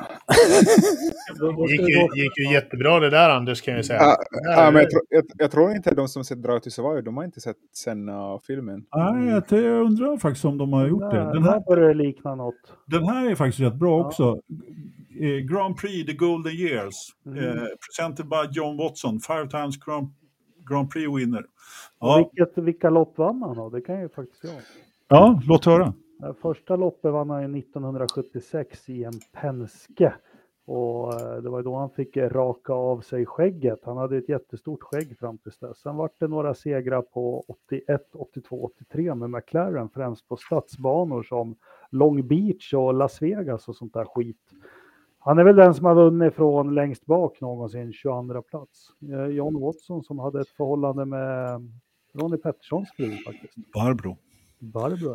Då- då Det ska gick vi ju, gå- gick ju jättebra det där, Anders, kan jag säga. Ja, Det här ja, men är- jag, tror, jag, jag tror inte att de som sett Drive to Survive, de har inte sett sen uh, filmen. Nej, jag, jag undrar faktiskt om de har gjort det. Där, Den där här, börjar det likna något. den här är faktiskt rätt bra Ja. också. Eh, Grand Prix, The Golden Years. Mm. Eh, presented by John Watson. Five times Grand, Grand Prix winner. Och Ja, Vilket, vilka lopp vann han då? Det kan ju faktiskt jag. ja, låt höra. Det första loppet vann han ju nittonhundrasjuttiosex i en Penske. Och eh, det var då han fick raka av sig skägget. Han hade ett jättestort skägg fram till dess. Sen var det några segrar på åttioett, åttiotvå, åttiotre med McLaren. Främst på stadsbanor som Long Beach och Las Vegas och sånt där skit. Han är väl den som har vunnit från längst bak någonsin, tjugoandra plats. Eh, John Watson som hade ett förhållande med Ronnie Petterssons fru faktiskt. Barbro. Barbro.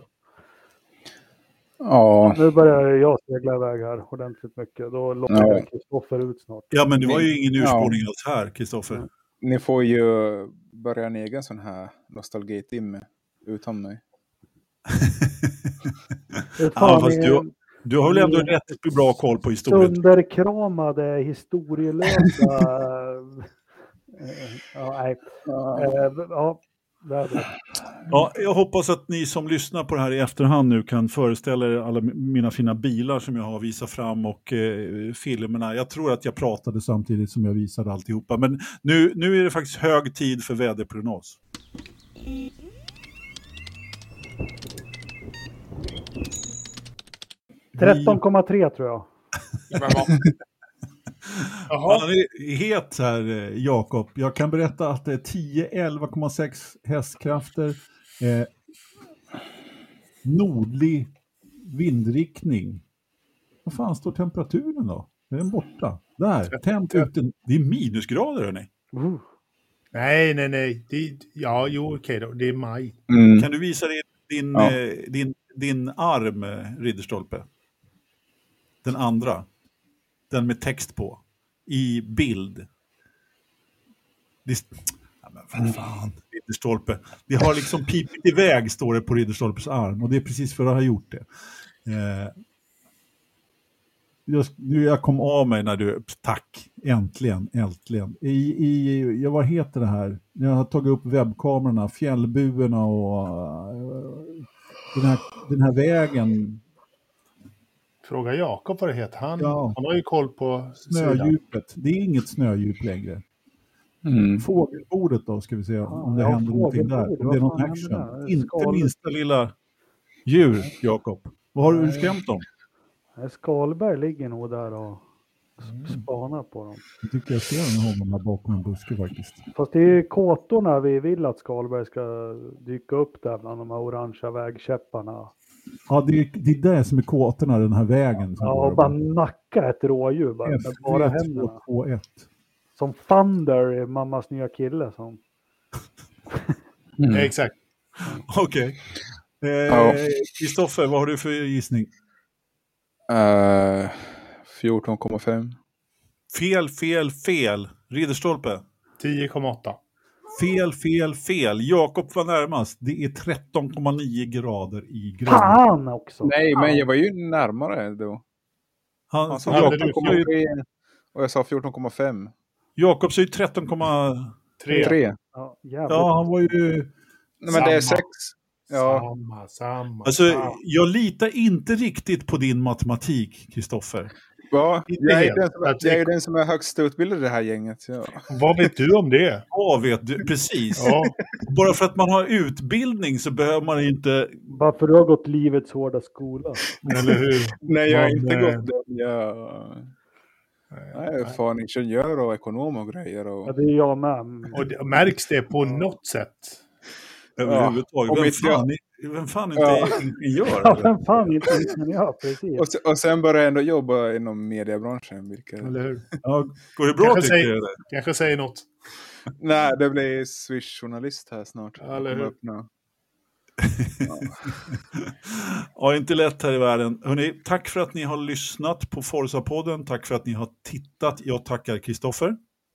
Ja, Nu börjar jag segla iväg här ordentligt mycket. Då lockar Ja. Kristoffer ut snart. Ja, men det var ju ingen Ja. urspårning alls här, Kristoffer. ni får ju börja en egen sån här nostalgitimme utan mig. Det är Ja, fan fast i du, en du har väl ändå rätt bra koll på historien. sönderkramade, historielösa... eh, ja, nej. Eh, ja, det är det. Ja, jag hoppas att ni som lyssnar på det här i efterhand nu kan föreställa er alla mina fina bilar som jag har visat fram och eh, filmerna. Jag tror att jag pratade samtidigt som jag visade alltihopa. Men nu, nu är det faktiskt hög tid för väderprognos. tretton komma tre tror jag. Men vad- Jaha. Han är het här, eh, Jakob. Jag kan berätta att det är tio elva komma sex hästkrafter. Eh, nordlig vindriktning. Vad fan står temperaturen då? Är den borta? Där, temp ute. Det är minusgrader, hörni. Uh. Nej, nej, nej. Det, ja, jo, okej då. Det är maj. Mm. Kan du visa din, din, Ja. eh, din, din arm, eh, Ridderstolpe? Den andra. Den med text på. I bild. Det, ja, men vad fan, Ridderstolpe. Det har liksom pipit iväg, står det på Ridderstolpes arm. Och det är precis för att ha gjort det. Eh, jag, nu jag kom av mig när du... Tack, äntligen, äntligen. I, i, ja, vad heter det här? Jag har tagit upp webbkamerorna, fjällbuerna och uh, den, här, den här vägen, Fråga Jakob vad det heter. Han, Ja. han har ju koll på sidan. snödjupet. Det är inget snödjup längre. Mm. Fågelbordet då, ska vi se om det Ja, händer någonting där. fågelbordet, Om det är vad någon fan action. händer där? Inte Skal- minsta lilla djur, Jakob. Vad har du Nej. skrämt dem? Nej, Skalberg ligger nog där och Mm. spanar på dem. Jag tycker jag ser honom här bakom en buske faktiskt. Fast det är ju kåtorna vi vill att Skalberg ska dyka upp där bland de här orangea vägkäpparna. Ja, det är det är det som är kåtorna, den här vägen. Som Ja, går och bara över. nacka ett rådjur bara, med bara F tre händerna. två två ett. som Thunder, mammas nya kille. Som... Mm. Exakt. Okej. Kristoffer, eh, vad har du för gissning? Uh, fjorton komma fem. Fel, fel, fel. Ridderstolpe. tio komma åtta. Fel, fel, fel. Jakob var närmast. Det är tretton komma nio grader i Grönland. Fan också! Nej, Fan. men jag var ju närmare då. Han, Han sa Jakob, hade du fjorton komma tre och jag sa fjorton komma fem. Jakob sa ju tretton komma tre. Tre. Ja, jävligt. Ja, han var ju... Nej, men det är Samma. sex. Ja. Samma, samma. Alltså, samma. jag litar inte riktigt på din matematik, Kristoffer. Ja, Inte jag är, helt. den som, Att jag är det- ju den som är högst utbildad i det här gänget. Ja. Vad vet du om det? Ja, vet du, precis. Ja, Bara för att man har utbildning så behöver man inte... Varför du har gått livets hårda skola. eller hur? Nej, jag har Men, inte eh, gått den. Jag, jag är fan ingenjör och ekonom och grejer. Ja, Och... det är jag med. Och det, märks det på något sätt? Överhuvudtaget. och Vem, mitt- fan, är- vem fan inte Ja. är ingenjör? Ja, eller? vem fan inte ingenjör, precis. Och, se- och sen började jag ändå jobba inom mediebranschen. Vilket... Eller hur? Ja, går det bra Kanske tycker säger- jag? Det? Kanske säger något. Nej, det blir Swish-journalist här snart. Eller hur? Kommer öppna. Ja, inte lätt här i världen. Hörrni, tack för att ni har lyssnat på Forza-podden. Tack för att ni har tittat. Jag tackar Kristoffer.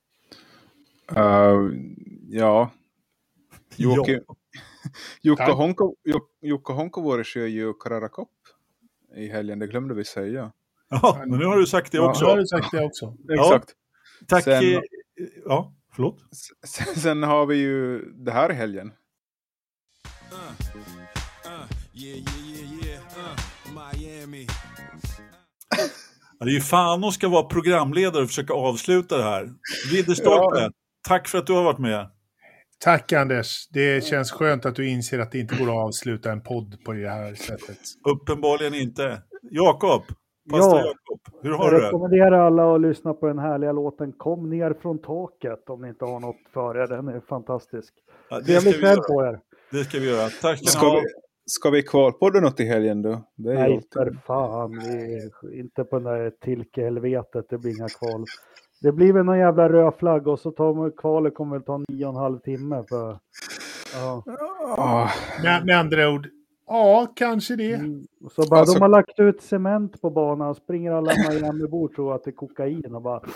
Uh, ja. Jocke, Ja. Jukka Tack. Honko, Juk- Jukka Honkovuori kör ju Carrera Cup i helgen, det glömde vi säga. Ja, men nu har du sagt det Ja, också. Så har du sagt det också. Exakt. Tack. Sen- eh, Ja, förlåt. Sen, sen har vi ju det här i helgen. Uh, uh, yeah, yeah, yeah, yeah. Uh, Miami. Ja, det är ju fan och ska vara programledare och försöka avsluta det här. Ridderstolpe, Ja. tack för att du har varit med. Tack Anders. Det känns skönt att du inser att det inte går att avsluta en podd på det här sättet. Uppenbarligen inte. Jakob, pastor Ja. Jakob, hur har Jag du det? rekommenderar alla att lyssna på den härliga låten Kom ner från taket om ni inte har något för er. Den är fantastisk. Ja, det, ska Trevlig vi kväll göra. på er. det ska vi göra. Tack ska ni Ska ha. vi, ska vi kvalpodda något i helgen då? Det är ju Nej, alltid- för fan. Vi är inte på den där Tilke-helvetet. Det blir inga kval. Det blir väl någon jävla röd flagg och så tar man kvalet kommer väl ta nio och en halv timme. För, ja. Ah, Med, med andra ord, ja, kanske det. Mm. Så bara Alltså- de har lagt ut cement på banan, springer alla Miami-bor tror att det är kokain och bara...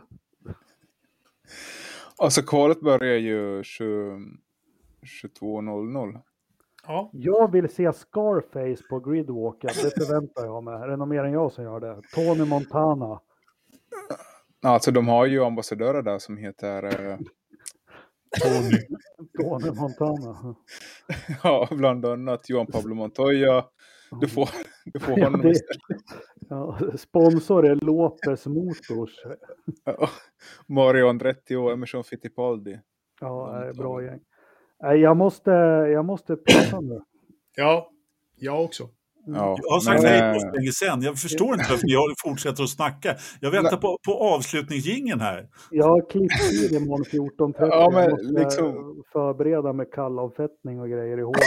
alltså kvalet börjar ju tjugotvå noll noll. Ja. Jag vill se Scarface på Gridwalken, det förväntar jag mig. Är det någon mer än jag som gör det? Tony Montana. Alltså de har ju ambassadörer där som heter eh, Tony. Tony Montana. ja, bland annat Johan Pablo Montoya. Du får, du får Ja, honom det- istället. Ja, sponsor är Lopez Motors. Ja, Mario Andretti och Emerson Fittipaldi. Ja, det är bra gäng. Nej, Jag måste, jag måste pissa nu. Ja, jag också. Ja, Jag har sagt men, hej eh, på så länge sedan. Jag förstår inte varför ni fortsätter att snacka. Jag väntar på, på avslutningsgingen här. Jag har klippt tid imorgon fjorton trettio. Ja, men jag måste liksom- förbereda med kallavfettning och grejer i håret.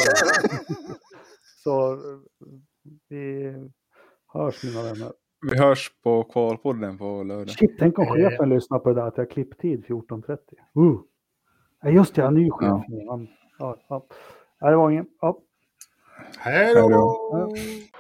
Så vi hörs mina vänner. vi hörs på kvalpodden på lördag. Shit, tänk om chefen lyssnar på det där att jag har klipptid fjorton trettio. Uh. Ja, just det, jag är ny chef Ja. nu. Han, ja, ja. Nej, det var ingen. Ja. Hej Hej då! då. Ja.